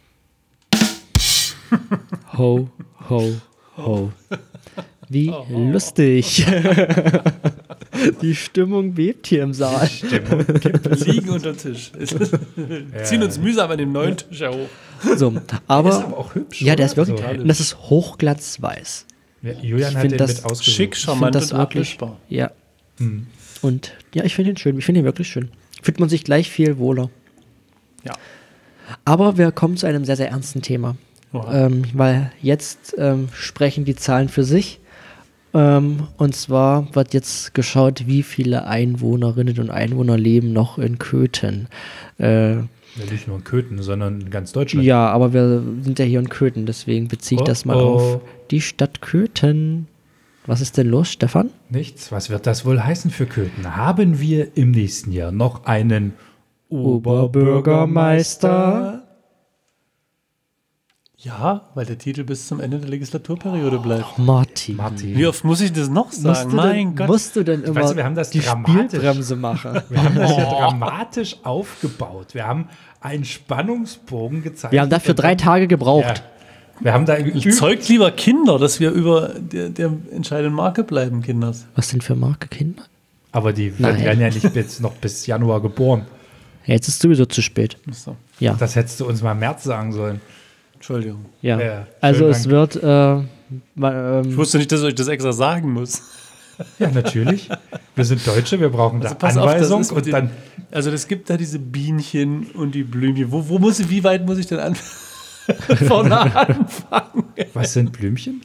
Ho, ho, ho. Wie lustig. Die Stimmung bebt hier im Saal. Liegen unter Tisch. Ziehen uns mühsam an dem neuen Tisch ja hoch. So, aber, ist aber auch hübsch, ja, der oder? ist wirklich, So. und das ist hochglatzweiß. Ja, Julian Ich hat find den das mit ausgesucht. Schick, Ich charmant finde das und wirklich, abwischbar. ja. Hm. Und ja, ich finde ihn schön. Ich finde ihn wirklich schön. Fühlt man sich gleich viel wohler. Ja. Aber wir kommen zu einem sehr, sehr ernsten Thema. Oha. Ähm, weil jetzt ähm, sprechen die Zahlen für sich. Ähm, und zwar wird jetzt geschaut, wie viele Einwohnerinnen und Einwohner leben noch in Köthen. Äh, Ja, nicht nur in Köthen, sondern in ganz Deutschland. ja, aber wir sind ja hier in Köthen, deswegen beziehe ich Oh, das mal oh. auf die Stadt Köthen. Was ist denn los, Stefan? Nichts. Was wird das wohl heißen für Köthen? Haben wir im nächsten Jahr noch einen Oberbürgermeister? Ja, weil der Titel bis zum Ende der Legislaturperiode bleibt. Martin. Martin. Wie oft muss ich das noch Musst sagen? du, Mein denn, Gott. musst du denn immer Weißt du, wir haben das die dramatisch- Spielbremse machen? Wir haben das ja dramatisch aufgebaut. Wir haben einen Spannungsbogen gezeigt. Wir haben dafür drei Tage gebraucht. Ja. Wir haben da ü- Zeugt lieber Kinder, dass wir über der, der entscheidenden Marke bleiben, Kinders. Was denn für Marke, Kinder? aber die Nein. werden ja nicht bis, noch bis Januar geboren. Ja, jetzt ist es sowieso zu spät. So. Ja, Das hättest du uns mal im März sagen sollen. Entschuldigung. ja. Ja, Also schönen es Dank. wird, äh, ma- Ich ähm, wusste nicht, dass ich euch das extra sagen muss. Ja, natürlich. Wir sind Deutsche, wir brauchen Also da pass auf, das Anweisung ist mit und den- dann Also es gibt da diese Bienchen und die Blümchen. Wo, wo muss ich, wie weit muss ich denn an vorne anfangen? was sind Blümchen?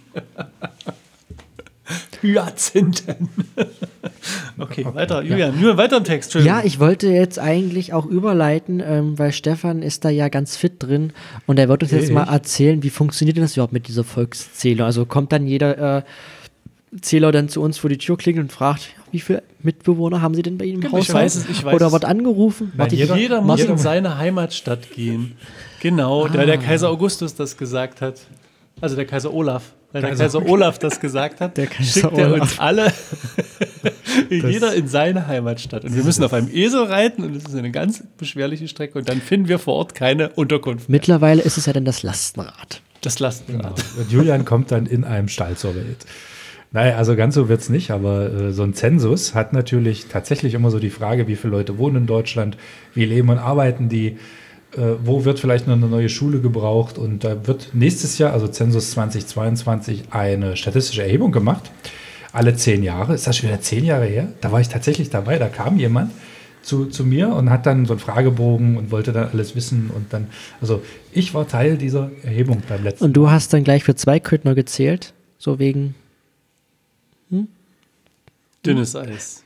Hyazinthen. Okay, weiter. Julian, Julian, weiter im Text. ja, ich wollte jetzt eigentlich auch überleiten, ähm, weil Stefan ist da ja ganz fit drin und er wird uns jetzt Ich? mal erzählen, wie funktioniert denn das überhaupt mit dieser Volkszählung? Also kommt dann jeder äh, Zähler dann zu uns vor die Tür klingelt und fragt, wie viele Mitbewohner haben Sie denn bei Ihnen im Ich Haushalt? weiß es, ich weiß Oder es. wird angerufen? Nein, Warte, jeder- Jeder muss jeder- in seine Heimatstadt gehen. Genau, der, der Kaiser Augustus das gesagt hat. Also der Kaiser Olaf. Weil der Kaiser- Kaiser Olaf das gesagt hat, Der Kaiser schickt er Olaf. uns alle, jeder in seine Heimatstadt. Und wir müssen auf einem Esel reiten und das ist eine ganz beschwerliche Strecke. Und dann finden wir vor Ort keine Unterkunft. Mittlerweile ist es ja dann das Lastenrad. Das Lastenrad. Genau. Und Julian kommt dann in einem Stall zur Welt. Naja, also ganz so wird es nicht, aber äh, so ein Zensus hat natürlich tatsächlich immer so die Frage, wie viele Leute wohnen in Deutschland, wie leben und arbeiten die, äh, wo wird vielleicht noch eine neue Schule gebraucht und da wird nächstes Jahr, also Zensus zweitausendzweiundzwanzig, eine statistische Erhebung gemacht. Alle zehn Jahre. Ist das schon wieder zehn Jahre her? Da war ich tatsächlich dabei, da kam jemand zu, zu mir und hat dann so einen Fragebogen und wollte dann alles wissen und dann, also ich war Teil dieser Erhebung beim letzten Und du hast dann gleich für zwei Köthner gezählt, so wegen... Dünnes Eis.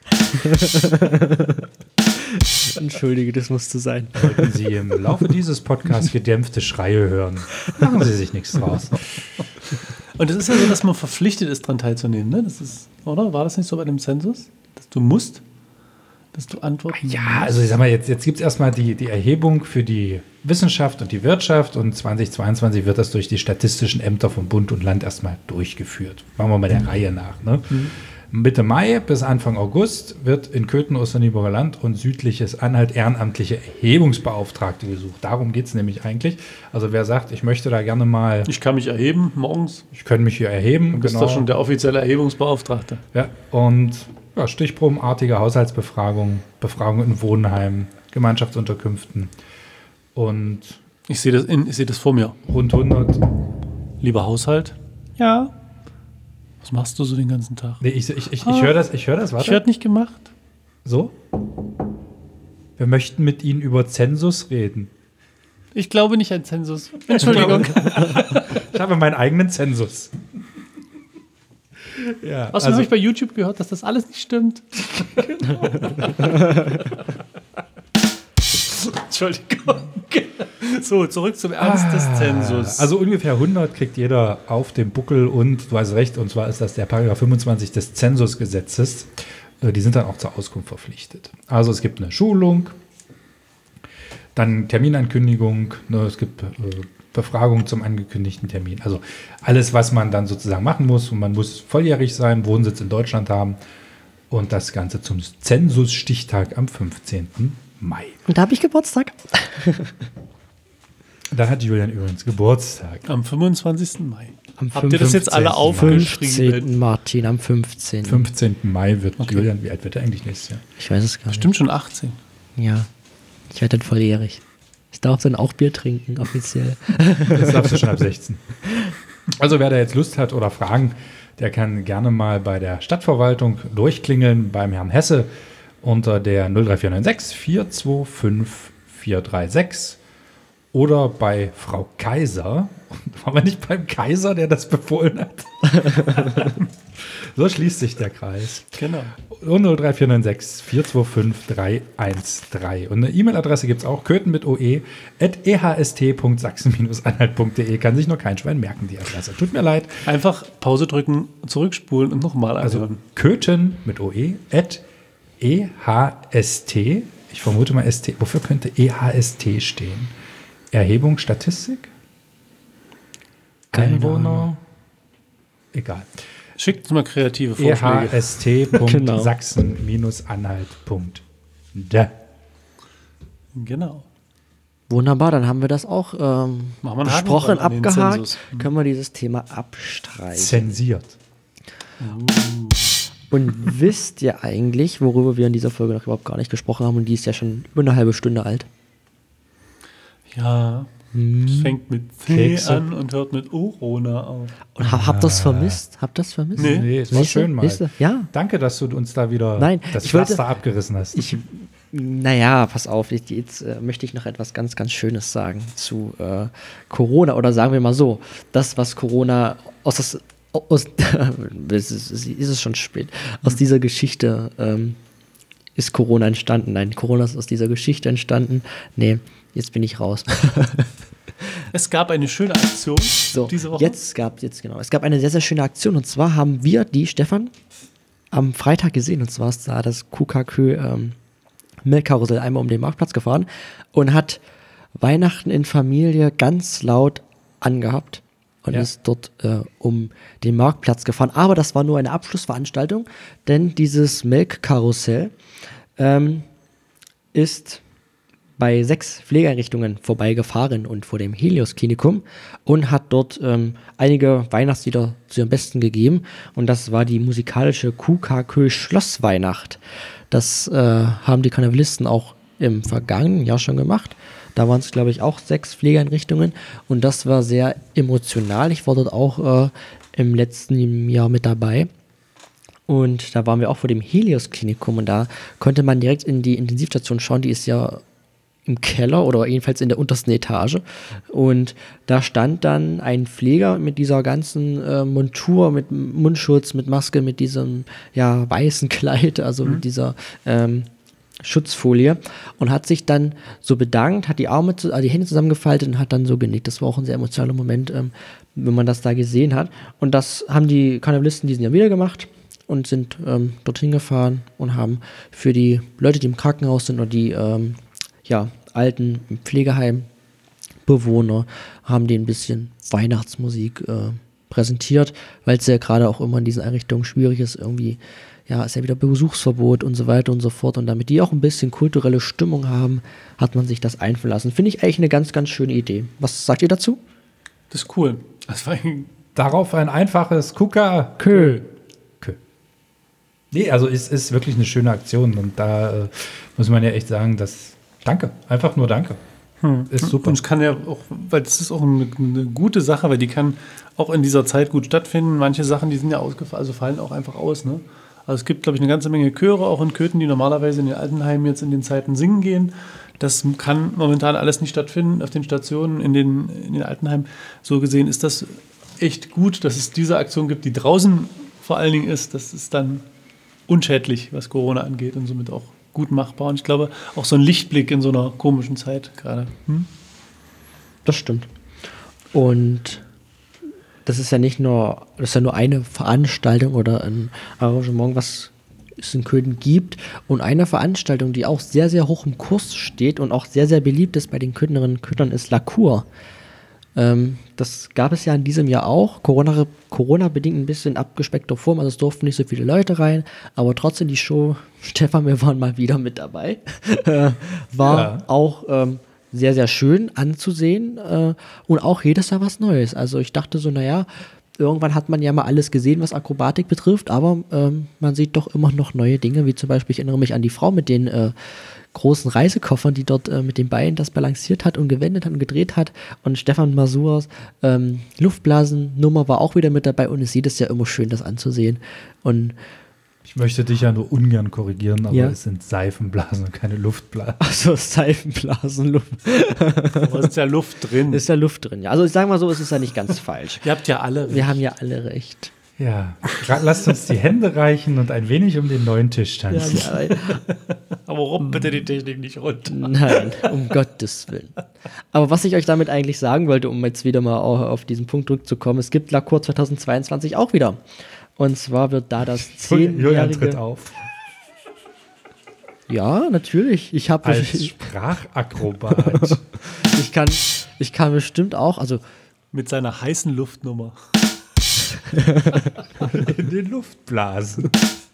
Entschuldige, das musste sein. Sollten Sie im Laufe dieses Podcasts gedämpfte Schreie hören, machen Sie sich nichts draus. Und es ist ja so, dass man verpflichtet ist, daran teilzunehmen. Ne? Das ist, oder? War das nicht so bei dem Zensus? Dass du musst? Dass du antworten Ja, also ich sag mal, jetzt, jetzt gibt es erstmal die, die Erhebung für die Wissenschaft und die Wirtschaft und zweitausendzweiundzwanzig wird das durch die statistischen Ämter von Bund und Land erstmal durchgeführt. Machen wir mal der Reihe nach. Ne? Mitte Mai bis Anfang August wird in Köthen, Osterneuburger Land und südliches Anhalt ehrenamtliche Erhebungsbeauftragte gesucht. Darum geht es nämlich eigentlich. Also wer sagt, ich möchte da gerne mal, Ich kann mich erheben morgens. ich könnte mich hier erheben. Du bist doch schon der offizielle Erhebungsbeauftragte. Ja, und ja, stichprobenartige Haushaltsbefragung, Befragung in Wohnheimen, Gemeinschaftsunterkünften und Ich sehe das, in- ich sehe das vor mir. rund hundert. Lieber Haushalt. Ja. Was machst du so den ganzen Tag? Nee, ich, ich, ich, ich höre das, ich höre das, Ich warte. werde nicht gemacht. So? Wir möchten mit Ihnen über Zensus reden. Ich glaube nicht an Zensus. Entschuldigung. Ich habe meinen eigenen Zensus. Ja, Außerdem also, habe ich bei YouTube gehört, dass das alles nicht stimmt. Entschuldigung. So, zurück zum Ernst des Zensus. also ungefähr hundert kriegt jeder auf dem Buckel und du hast recht, und zwar ist das der Paragraph fünfundzwanzig des Zensusgesetzes. Äh, Die sind dann auch zur Auskunft verpflichtet. Also es gibt eine Schulung, dann Terminankündigung, ne, es gibt äh, Befragung zum angekündigten Termin. Also alles, was man dann sozusagen machen muss. Und man muss volljährig sein, Wohnsitz in Deutschland haben und das Ganze zum Zensusstichtag am fünfzehnten Mai. Und da habe ich Geburtstag. Da hat Julian übrigens Geburtstag. Am fünfundzwanzigsten Mai. Am Habt ihr das jetzt alle fünfzehnten aufgeschrieben? fünfzehnten Martin, am fünfzehnten fünfzehnten Mai wird Julian, wie alt wird er eigentlich nächstes Jahr? Ich weiß es gar nicht. Stimmt schon achtzehn. Ja. Ich werde dann volljährig. Ich darf dann auch Bier trinken, offiziell. Das darfst du schon ab sechzehn. Also wer da jetzt Lust hat oder Fragen, der kann gerne mal bei der Stadtverwaltung durchklingeln, beim Herrn Hesse unter der null drei vier neun sechs vier zwei fünf vier drei sechs oder bei Frau Kaiser. Waren wir nicht beim Kaiser, der das befohlen hat? So schließt sich der Kreis. Genau. Und null drei vier neun sechs vier zwei fünf drei eins drei. Und eine E-Mail-Adresse gibt es auch, köthen mit oe at e h s t punkt sachsen anhalt punkt d e. Kann sich nur kein Schwein merken, die Adresse. Tut mir leid. Einfach Pause drücken, zurückspulen und nochmal Also anhören. köthen mit oe at e h s t. Ich vermute mal S T. Wofür könnte E H S T stehen? Erhebung, Statistik? Keine Einwohner. Egal. Schickt uns mal kreative e h Vorschläge. s t punkt Genau. sachsen Bindestrich anhalt punkt d e Genau. Wunderbar, dann haben wir das auch ähm, Machen wir einen Haken besprochen, dran an den abgehakt. Zensus. Können wir dieses Thema abstreichen. Zensiert. Und wisst ihr eigentlich, worüber wir in dieser Folge noch überhaupt gar nicht gesprochen haben? Und die ist ja schon über eine halbe Stunde alt. Ja. Hm. Es fängt mit C Kekse. an und hört mit Corona auf. Und hab, habt ihr das vermisst? Habt ihr das vermisst? Nee. Nee, es war Siehst du? schön mal. Siehst du? Ja. Danke, dass du uns da wieder Nein, das ich wollte- Pflaster abgerissen hast. Ich, naja, pass auf, jetzt, jetzt äh, möchte ich noch etwas ganz, ganz Schönes sagen zu äh, Corona. Oder sagen wir mal so, das, was Corona aus, das, aus es ist, es ist schon spät, aus dieser Geschichte ähm, ist Corona entstanden. Nein, Corona ist aus dieser Geschichte entstanden. Nee, jetzt bin ich raus. Es gab eine schöne Aktion So, diese Woche. jetzt gab jetzt genau. Es gab eine sehr, sehr schöne Aktion und zwar haben wir die, Stefan, am Freitag gesehen und zwar ist da das Q K K ähm, Milchkarussell einmal um den Marktplatz gefahren und hat Weihnachten in Familie ganz laut angehabt und Ja. ist dort äh, um den Marktplatz gefahren. Aber das war nur eine Abschlussveranstaltung, denn dieses Melkkarussell ähm, ist bei sechs Pflegeeinrichtungen vorbeigefahren und vor dem Helios-Klinikum und hat dort ähm, einige Weihnachtslieder zu ihrem Besten gegeben. Und das war die musikalische Q K K Schlossweihnacht. Das äh, haben die Karnevalisten auch im vergangenen Jahr schon gemacht. Da waren es, glaube ich, auch sechs Pflegeeinrichtungen. Und das war sehr emotional. Ich war dort auch äh, im letzten Jahr mit dabei. Und da waren wir auch vor dem Helios-Klinikum und da konnte man direkt in die Intensivstation schauen. Die ist ja im Keller oder jedenfalls in der untersten Etage. Und da stand dann ein Pfleger mit dieser ganzen äh, Montur, mit Mundschutz, mit Maske, mit diesem ja, weißen Kleid, also mit dieser ähm, Schutzfolie und hat sich dann so bedankt, hat die Arme, zu, äh, die Hände zusammengefaltet und hat dann so genickt. Das war auch ein sehr emotionaler Moment, ähm, wenn man das da gesehen hat. Und das haben die Karnevalisten diesen Jahr wieder gemacht und sind ähm, dorthin gefahren und haben für die Leute, die im Krankenhaus sind oder die ähm, ja, alten im Pflegeheim Bewohner, haben die ein bisschen Weihnachtsmusik äh, präsentiert, weil es ja gerade auch immer in diesen Einrichtungen schwierig ist, irgendwie, ja, ist ja wieder Besuchsverbot und so weiter und so fort. Und damit die auch ein bisschen kulturelle Stimmung haben, hat man sich das einfallen lassen. Finde ich eigentlich eine ganz, ganz schöne Idee. Was sagt ihr dazu? Das ist cool. Das war ein Darauf ein einfaches Kuka. Kö. Kö. Nee, also es ist wirklich eine schöne Aktion und da äh, muss man ja echt sagen, dass danke, einfach nur danke. Ist super. Und es kann ja auch, weil das ist auch eine, eine gute Sache, weil die kann auch in dieser Zeit gut stattfinden. Manche Sachen, die sind ja ausgefallen, also fallen auch einfach aus, ne? Also es gibt, glaube ich, eine ganze Menge Chöre auch in Köthen, die normalerweise in den Altenheimen jetzt in den Zeiten singen gehen. Das kann momentan alles nicht stattfinden auf den Stationen, in den, in den Altenheimen. So gesehen ist das echt gut, dass es diese Aktion gibt, die draußen vor allen Dingen ist. Das ist dann unschädlich, was Corona angeht und somit auch gut machbar. Und ich glaube, auch so ein Lichtblick in so einer komischen Zeit gerade. Hm? Das stimmt. Und das ist ja nicht nur, das ist ja nur eine Veranstaltung oder ein Arrangement, was es in Köthen gibt. Und eine Veranstaltung, die auch sehr, sehr hoch im Kurs steht und auch sehr, sehr beliebt ist bei den Köthnerinnen und Köthnern, ist La Cour. Ähm, das gab es ja in diesem Jahr auch. Corona, Corona-bedingt ein bisschen abgespeckter Form, also es durften nicht so viele Leute rein, aber trotzdem die Show, Stefan, wir waren mal wieder mit dabei, äh, war Ja. auch ähm, sehr, sehr schön anzusehen äh, und auch jedes Jahr was Neues. Also ich dachte so, naja, irgendwann hat man ja mal alles gesehen, was Akrobatik betrifft, aber ähm, man sieht doch immer noch neue Dinge, wie zum Beispiel, ich erinnere mich an die Frau mit den äh, großen Reisekoffern, die dort äh, mit den Beinen das balanciert hat und gewendet hat und gedreht hat. Und Stefan Masurs ähm, Luftblasennummer war auch wieder mit dabei und es sieht es ja immer schön, das anzusehen. Und Ich möchte dich ja nur ungern korrigieren, aber Ja. es sind Seifenblasen und keine Luftblasen. also Seifenblasen, Luft, Aber es ist ja Luft drin. ist ja Luft drin. Ja, also ich sage mal so, es ist ja nicht ganz falsch. Ihr habt ja alle. Wir haben ja alle recht. Ja, Gra- lasst uns die Hände reichen und ein wenig um den neuen Tisch Wir haben tanzen. ja alle, Aber warum bitte die Technik nicht runter? nein, um Gottes Willen. Aber was ich euch damit eigentlich sagen wollte, um jetzt wieder mal au- auf diesen Punkt zurückzukommen, es gibt La Cour zweitausendzweiundzwanzig auch wieder. Und zwar wird da das Julian tritt zehnjährige... auf. Ja, natürlich. Ich habe... Als Sprachakrobat. Ich kann, ich kann bestimmt auch, also Mit seiner heißen Luftnummer. In den Luftblasen.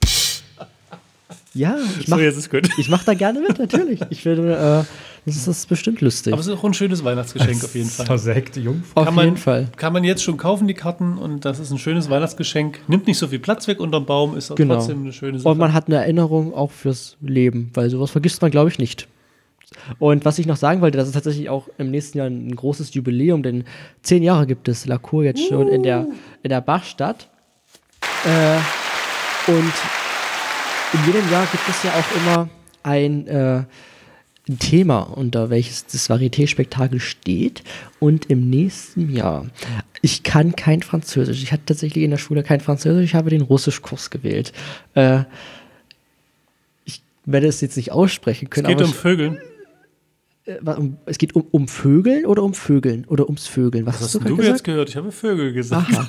Ja, ich So, mach, jetzt ist gut. ich mach da gerne mit, natürlich. Ich finde, äh, das ist, das ist bestimmt lustig. Aber es ist auch ein schönes Weihnachtsgeschenk auf jeden Fall. Versägte Jungfrau. Auf kann man, jeden Fall. Kann man jetzt schon kaufen, die Karten, und das ist ein schönes Weihnachtsgeschenk. Nimmt nicht so viel Platz weg unterm Baum, ist auch Genau. trotzdem eine schöne Sache. Und man hat eine Erinnerung auch fürs Leben, weil sowas vergisst man, glaube ich, nicht. Und was ich noch sagen wollte, das ist tatsächlich auch im nächsten Jahr ein großes Jubiläum, denn zehn Jahre gibt es La Cour jetzt schon in der, in der Bachstadt. Äh, und in jedem Jahr gibt es ja auch immer ein, äh, ein Thema, unter welches das Varieté-Spektakel steht. Und im nächsten Jahr, ich kann kein Französisch. Ich hatte tatsächlich in der Schule kein Französisch, ich habe den Russischkurs gewählt. Äh, ich werde es jetzt nicht aussprechen es können. geht aber um ich, Vögeln. äh, um, es geht um, um Vögeln oder um Vögeln? Oder ums Vögeln? Was, Was hast hast du du gerade jetzt gesagt? gehört? Ich habe Vögel gesagt. Aha.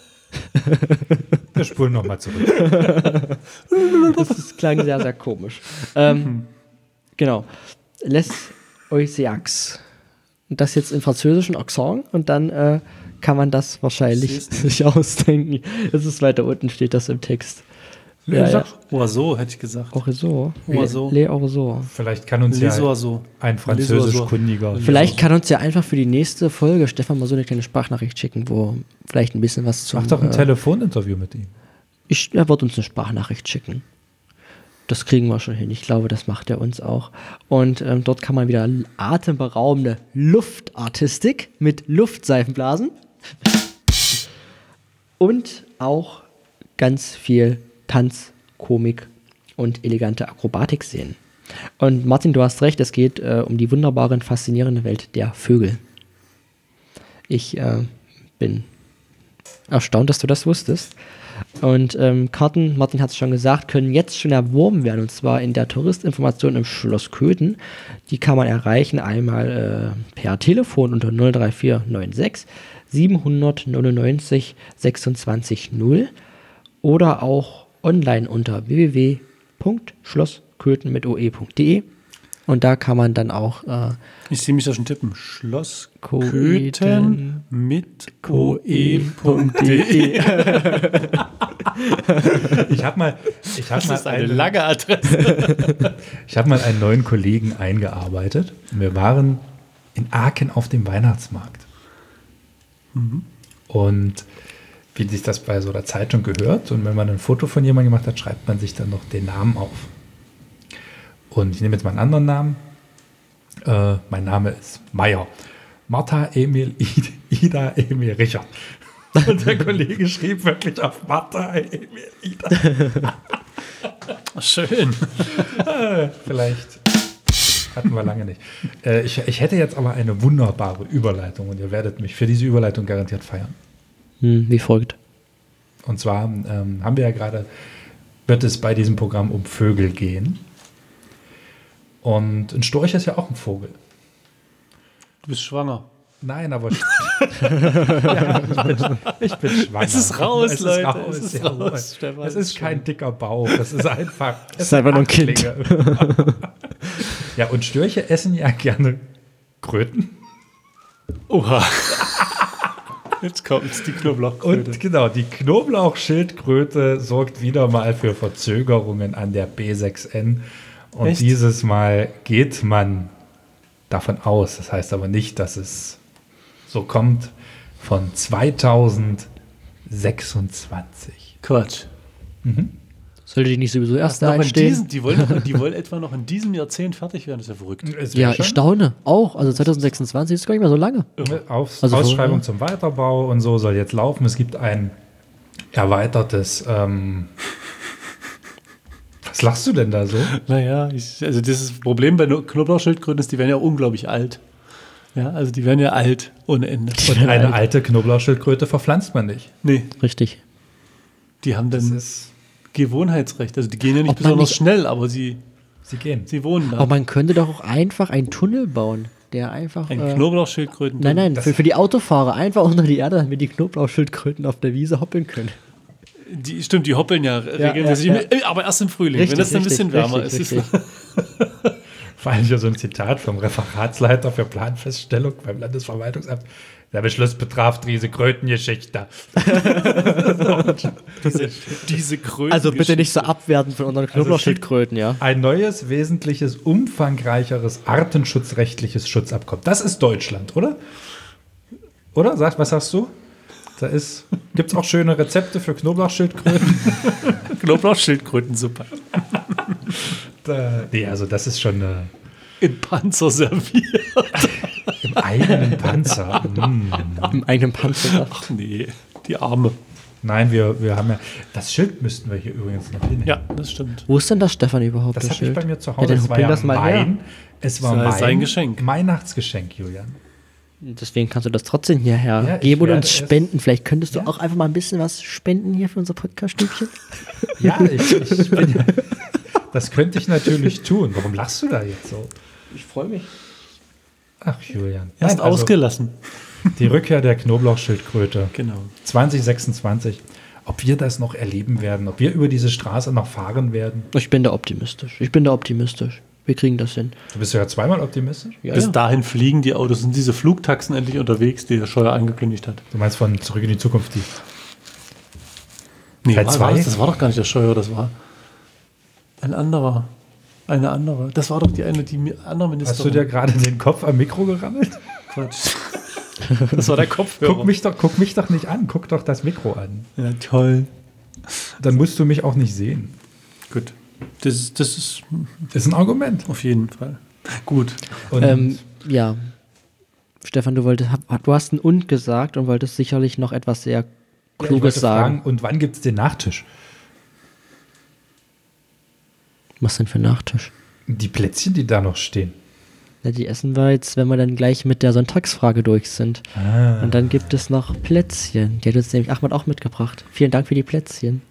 Wir spulen nochmal zurück. Das ist, klang sehr, sehr komisch. Ähm, genau. Les Oisiacs. Und das jetzt in französischen Accent und dann äh, kann man das wahrscheinlich Siehst sich ausdenken. Das ist weiter unten, steht das im Text. Ja, ja. Oiseau, hätte ich gesagt. Oiseau. Oiseau. Les Oiseaux. Vielleicht kann uns Les ja Oiseaux. ein französisch-kundiger. Vielleicht kann uns ja einfach für die nächste Folge Stefan mal so eine kleine Sprachnachricht schicken, wo vielleicht ein bisschen was zum... Mach doch ein äh, Telefoninterview mit ihm. Ich, er wird uns eine Sprachnachricht schicken. Das kriegen wir schon hin. Ich glaube, das macht er uns auch. Und ähm, dort kann man wieder atemberaubende Luftartistik mit Luftseifenblasen und auch ganz viel Tanz, Komik und elegante Akrobatik sehen. Und Martin, du hast recht, es geht äh, um die wunderbare und faszinierende Welt der Vögel. Ich äh, bin erstaunt, dass du das wusstest. Und ähm, Karten, Martin hat es schon gesagt, können jetzt schon erworben werden. Und zwar in der Touristinformation im Schloss Köthen. Die kann man erreichen einmal äh, per Telefon unter null drei vier neun sechs siebenhundertneunundneunzig sechsundzwanzig null oder auch online unter w w w punkt schlossköthen mit oe punkt de. Und da kann man dann auch äh, Ich sehe mich da schon tippen. Schloss Köthen Köthen mit oe punkt de. Ich habe mal, ich hab Das mal ist eine einen- lange Adresse. Ich habe mal einen neuen Kollegen eingearbeitet. Wir waren in Aachen auf dem Weihnachtsmarkt. Und wie sich das bei so einer Zeitung gehört, und wenn man ein Foto von jemandem gemacht hat, schreibt man sich dann noch den Namen auf. Und ich nehme jetzt mal einen anderen Namen. Äh, mein Name ist Meier. Martha Emil Ida, Ida Emil Richard. Und der Kollege schrieb wirklich auf Martha Emil Ida. Schön. Äh, vielleicht hatten wir lange nicht. Äh, ich, ich hätte jetzt aber eine wunderbare Überleitung und ihr werdet mich für diese Überleitung garantiert feiern. hm, wie folgt. Und zwar ähm, haben wir ja gerade, wird es bei diesem Programm um Vögel gehen. Und ein Storch ist ja auch ein Vogel. Du bist schwanger. Nein, aber ja, ich, bin, ich bin schwanger. Es ist raus, es ist Leute. Raus, Es ist jawohl. raus, Stefan. Es ist kein dicker Bauch, es ist einfach. Es ist einfach nur ein Kind. Achtlinge. Ja, und Störche essen ja gerne Kröten. Oha. Jetzt kommt die Knoblauchkröte. Und genau, die Knoblauchschildkröte sorgt wieder mal für Verzögerungen an der B sechs N. Und Echt? dieses Mal geht man davon aus, das heißt aber nicht, dass es so kommt, von zweitausendsechsundzwanzig. Quatsch. Sollte die nicht sowieso erst da Noch in einstehen? diesem, die, wollen, die wollen etwa noch in diesem Jahrzehnt fertig werden. Das ist ja verrückt. Es wär Ja, schon ich staune. Auch. Also zweitausendsechsundzwanzig ist gar nicht mehr so lange. Auf, Also Ausschreibung vorher- zum Weiterbau und so soll jetzt laufen. Es gibt ein erweitertes. Ähm, was lachst du denn da so? Naja, ich, also das Problem bei Knoblauchschildkröten ist, die werden ja unglaublich alt. Ja, also die werden ja alt ohne Ende. Und eine alte Knoblauchschildkröte verpflanzt man nicht. Nee, Richtig. die haben Das dann ist, Gewohnheitsrecht. Also die gehen ja nicht Ob man besonders nicht- schnell, aber sie, sie gehen. sie wohnen da. Aber man könnte doch auch einfach einen Tunnel bauen, der einfach. Ein äh, Knoblauchschildkröten. Nein, nein, Das- für, für die Autofahrer einfach unter die Erde, damit die Knoblauchschildkröten auf der Wiese hoppeln können. Die, stimmt, die hoppeln ja, regelmäßig. ja, ja. Aber erst im Frühling, wenn es ein bisschen wärmer richtig, ist. richtig. Vor allem ja so ein Zitat vom Referatsleiter für Planfeststellung beim Landesverwaltungsamt. Der Beschluss betraf diese Krötengeschichte. diese, diese Kröten. Also bitte nicht so abwertend von unseren Knoblauchschildkröten, ja. Ein neues, wesentliches, umfangreicheres artenschutzrechtliches Schutzabkommen. Das ist Deutschland, oder? Oder? Sag, was sagst du? Da ist, gibt's auch schöne Rezepte für Knoblauchschildkröten. Knoblauchschildkrötensuppe. Da, nee, also das ist schon eine in Panzer serviert. Im eigenen Panzer. Mm. Im eigenen Panzer. Ach nee, die Arme. Nein, wir, wir haben ja. Das Schild müssten wir hier übrigens noch hinhängen. Ja, das stimmt. Wo ist denn das, Stefan, überhaupt? Das das habe ich Schild? bei mir zu Ja, Hause. dann es war bring ja das mal mein, her. es war Das mein ist sein Geschenk. Weihnachtsgeschenk, Julian. Deswegen kannst du das trotzdem hierher Ja, ich geben oder werde uns es- spenden. Vielleicht könntest du Ja. auch einfach mal ein bisschen was spenden hier für unser Podcast-Stübchen. Ja, ich, ich bin ja, das könnte ich natürlich tun. Warum lachst du da jetzt so? Ich freue mich. Ach, Julian. Erst Nein, also ausgelassen. die Rückkehr der Knoblauchschildkröte Genau. zwanzig sechsundzwanzig. Ob wir das noch erleben werden, ob wir über diese Straße noch fahren werden. Ich bin da optimistisch. Ich bin da optimistisch. Wir kriegen das hin. Du bist ja zweimal optimistisch. Ja, Bis ja. dahin fliegen die Autos. Sind diese Flugtaxen endlich unterwegs, die der Scheuer angekündigt hat? Du meinst von Zurück in die Zukunft, die. Nee, Teil war, zwei? war das, das war doch gar nicht der Scheuer, das war ein anderer. Eine andere. Das war doch die eine, die mi- andere Ministerin. Hast du dir gerade den Kopf am Mikro gerammelt? Quatsch. Das war der Kopfhörer. Guck mich, doch, guck mich doch nicht an, guck doch das Mikro an. Ja, toll. Dann musst du mich auch nicht sehen. Gut. Das, ist- das ist Das ist ein Argument. auf jeden Fall. Gut. Und Ähm, ja. Stefan, du wolltest, hab- du hast ein Und gesagt und wolltest sicherlich noch etwas sehr ja, ich Kluges wollte sagen. fragen, und wann gibt es den Nachtisch? Was denn für ein Nachtisch? Die Plätzchen, die da noch stehen. Na, die essen wir jetzt, wenn wir dann gleich mit der Sonntagsfrage durch sind. Ah. Und dann gibt es noch Plätzchen. Die hat uns nämlich Ahmad auch mitgebracht. Vielen Dank für die Plätzchen.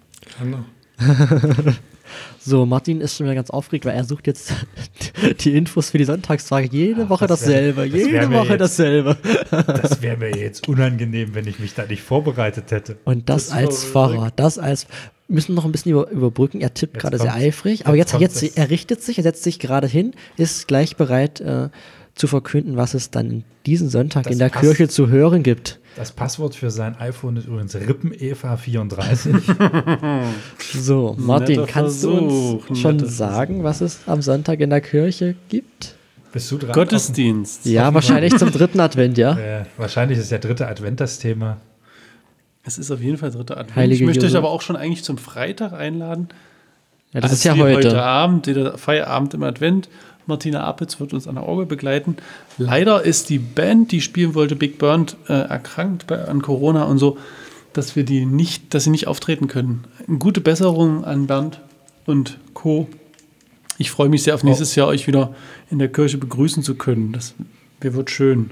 So, Martin ist schon wieder ganz aufgeregt, weil er sucht jetzt die Infos für die Sonntagsfrage. Jede Ach, Woche das wär- dasselbe. das wär Jede mir Woche jetzt- dasselbe. Das wäre mir jetzt unangenehm, wenn ich mich da nicht vorbereitet hätte. Und das, Das ist als aber Pfarrer. Das als. Müssen noch ein bisschen über, überbrücken. Er tippt Jetzt gerade sehr kommt- eifrig. Aber jetzt jetzt, kommt jetzt, das- er richtet sich, er setzt sich gerade hin, ist gleich bereit äh, zu verkünden, was es dann diesen Sonntag Das in der passt. Kirche zu hören gibt. Das Passwort für sein iPhone ist übrigens Rippen-Eva vierunddreißig. So, Martin, Netter kannst du Versuch, uns schon netter sagen, was es am Sonntag in der Kirche gibt? Bist du dran? Gottesdienst. Ja, wahrscheinlich zum dritten Advent, ja. Äh, wahrscheinlich ist der dritte Advent das Thema. Es ist auf jeden Fall dritter Advent. Heilige ich möchte euch Josef. aber auch schon eigentlich zum Freitag einladen. Ja, das Also ist ja wie heute. Heute Abend, der Feierabend im Advent. Martina Apitz wird uns an der Orgel begleiten. Leider ist die Band, die spielen wollte, Big Band, äh, erkrankt bei, an Corona und so, dass wir die nicht, dass sie nicht auftreten können. Eine gute Besserung an Bernd und Co. Ich freue mich sehr auf nächstes Jahr, euch wieder in der Kirche begrüßen zu können. Das mir wird schön.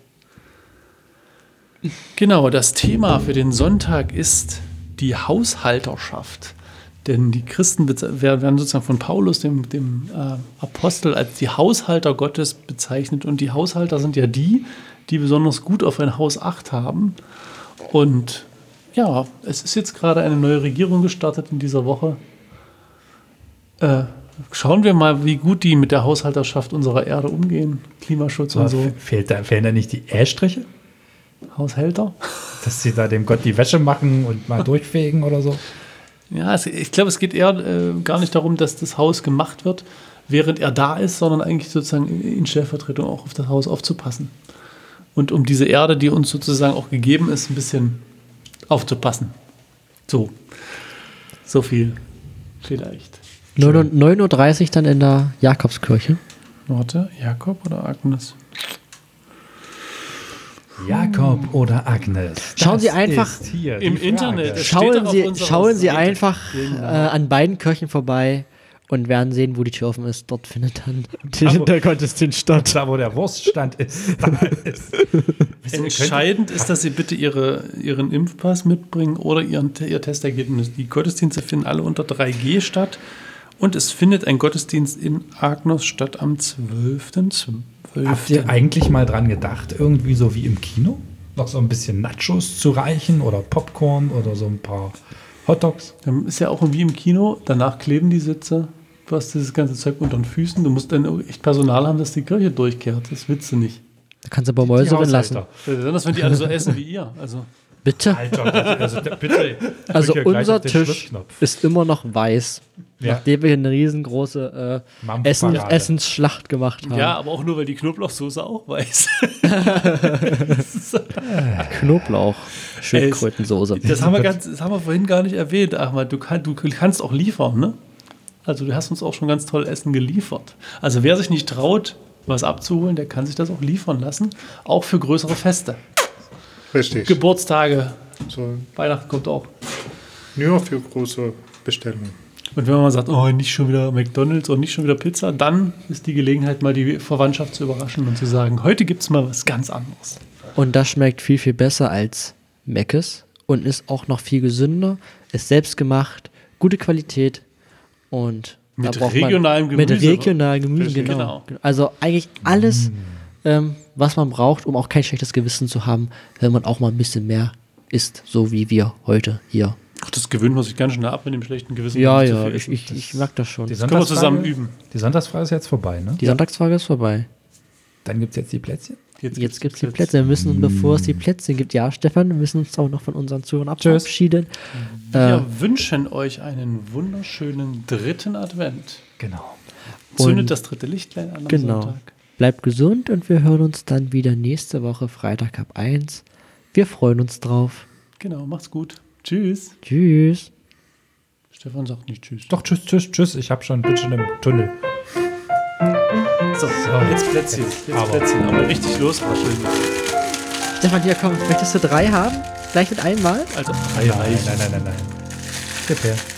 Genau, das Thema für den Sonntag ist die Haushalterschaft. Denn die Christen bez- werden sozusagen von Paulus, dem, dem äh, Apostel, als die Haushalter Gottes bezeichnet. Und die Haushalter sind ja die, die besonders gut auf ein Haus Acht haben. Und ja, es ist jetzt gerade eine neue Regierung gestartet in dieser Woche. Äh, schauen wir mal, wie gut die mit der Haushalterschaft unserer Erde umgehen. Klimaschutz und so. F- Fehlt da, fehlen da nicht die Ä-Striche? Haushälter? Dass sie da dem Gott die Wäsche machen und mal durchfegen oder so? Ja, es, ich glaube, es geht eher äh, gar nicht darum, dass das Haus gemacht wird, während er da ist, sondern eigentlich sozusagen in, in Stellvertretung auch auf das Haus aufzupassen. Und um diese Erde, die uns sozusagen auch gegeben ist, ein bisschen aufzupassen. So. So viel. Vielleicht. neun Uhr dreißig dann in der Jakobskirche. Warte, Jakob oder Agnes? Jakob oder Agnes? Schauen Sie Das einfach ist hier im die Frage. Internet. Das steht Schauen doch auf Sie, unserer schauen Sie Seite. einfach äh, Genau. an beiden Kirchen vorbei und werden sehen, wo die Tür offen ist. Dort findet dann Aber- der Gottesdienst statt. Da, wo der Wurststand ist, da ist. Wisst ihr, ihr Entscheidend ist, dass Sie bitte Ihre, Ihren Impfpass mitbringen oder Ihren, Ihr Testergebnis. Die Gottesdienste finden alle unter drei G statt und es findet ein Gottesdienst in Agnos statt am zwölften zwölften Habt ihr eigentlich mal dran gedacht, irgendwie so wie im Kino, noch so ein bisschen Nachos zu reichen oder Popcorn oder so ein paar Hotdogs? Dann ist ja auch wie im Kino, danach kleben die Sitze Du hast dieses ganze Zeug unter den Füßen. Du musst dann echt Personal haben, dass die Kirche durchkehrt. Das willst du nicht. Da kannst du aber Mäuse drin lassen. Besonders, wenn die alle so essen wie ihr. Also, Bitte? Alter, also bitte. Also drück hier gleich unser auf den Tisch Schlussknopf. ist immer noch weiß. Ja. Nachdem wir hier eine riesengroße äh, Mampfparade. Essen, Essensschlacht gemacht haben. ja, aber auch nur, weil die Knoblauchsoße auch weiß. Knoblauch, Schildkrötensoße. Das haben, wir ganz, das haben wir vorhin gar nicht erwähnt, Ahmad. Du, kann, du kannst auch liefern, ne? Also du hast uns auch schon ganz toll Essen geliefert. Also wer sich nicht traut, was abzuholen, der kann sich das auch liefern lassen. Auch für größere Feste. Richtig. Geburtstage, So, Weihnachten kommt auch. nur für große Bestellungen. Und wenn man mal sagt, oh, nicht schon wieder McDonald's und nicht schon wieder Pizza, dann ist die Gelegenheit, mal die Verwandtschaft zu überraschen und zu sagen, heute gibt es mal was ganz anderes. Und das schmeckt viel, viel besser als Meckes und ist auch noch viel gesünder, ist selbst gemacht, gute Qualität und Mit da braucht regionalem man, Gemüse. Mit regionalem Gemüse, Richtig, genau. genau. Also eigentlich alles, ähm, was man braucht, um auch kein schlechtes Gewissen zu haben, wenn man auch mal ein bisschen mehr isst, so wie wir heute hier. Ach, das gewöhnt man sich ganz schnell ab mit dem schlechten Gewissen. Ja, wenn man zu ja, viel ich, isst. ich, ich mag das schon. Die Das können wir zusammen Sonntagsfrage- üben. Die Sonntagsfrage ist jetzt vorbei, ne? Die Sonntagsfrage ist vorbei. Dann gibt es jetzt die Plätzchen. Jetzt gibt es die Plätze. Wir müssen, bevor es die Plätze gibt, ja, Stefan, wir müssen uns auch noch von unseren Zuhörern Tschüss. verabschieden. Wir Äh, wünschen euch einen wunderschönen dritten Advent. Genau. Zündet Und- das dritte Lichtlein an am Genau. Sonntag. Bleibt gesund und wir hören uns dann wieder nächste Woche Freitag ab eins. Wir freuen uns drauf. Genau, macht's gut. Tschüss. Tschüss. Stefan sagt nicht Tschüss. Doch, tschüss, tschüss, tschüss. Ich habe schon, bin schon im Tunnel. So, jetzt Plätzchen. Jetzt Aber- Plätzchen. Aber richtig losrascheln. Stefan, hier komm, möchtest du drei haben? Gleich mit einmal? Also, Nein, nein, nein, nein, nein, nein. Gib her.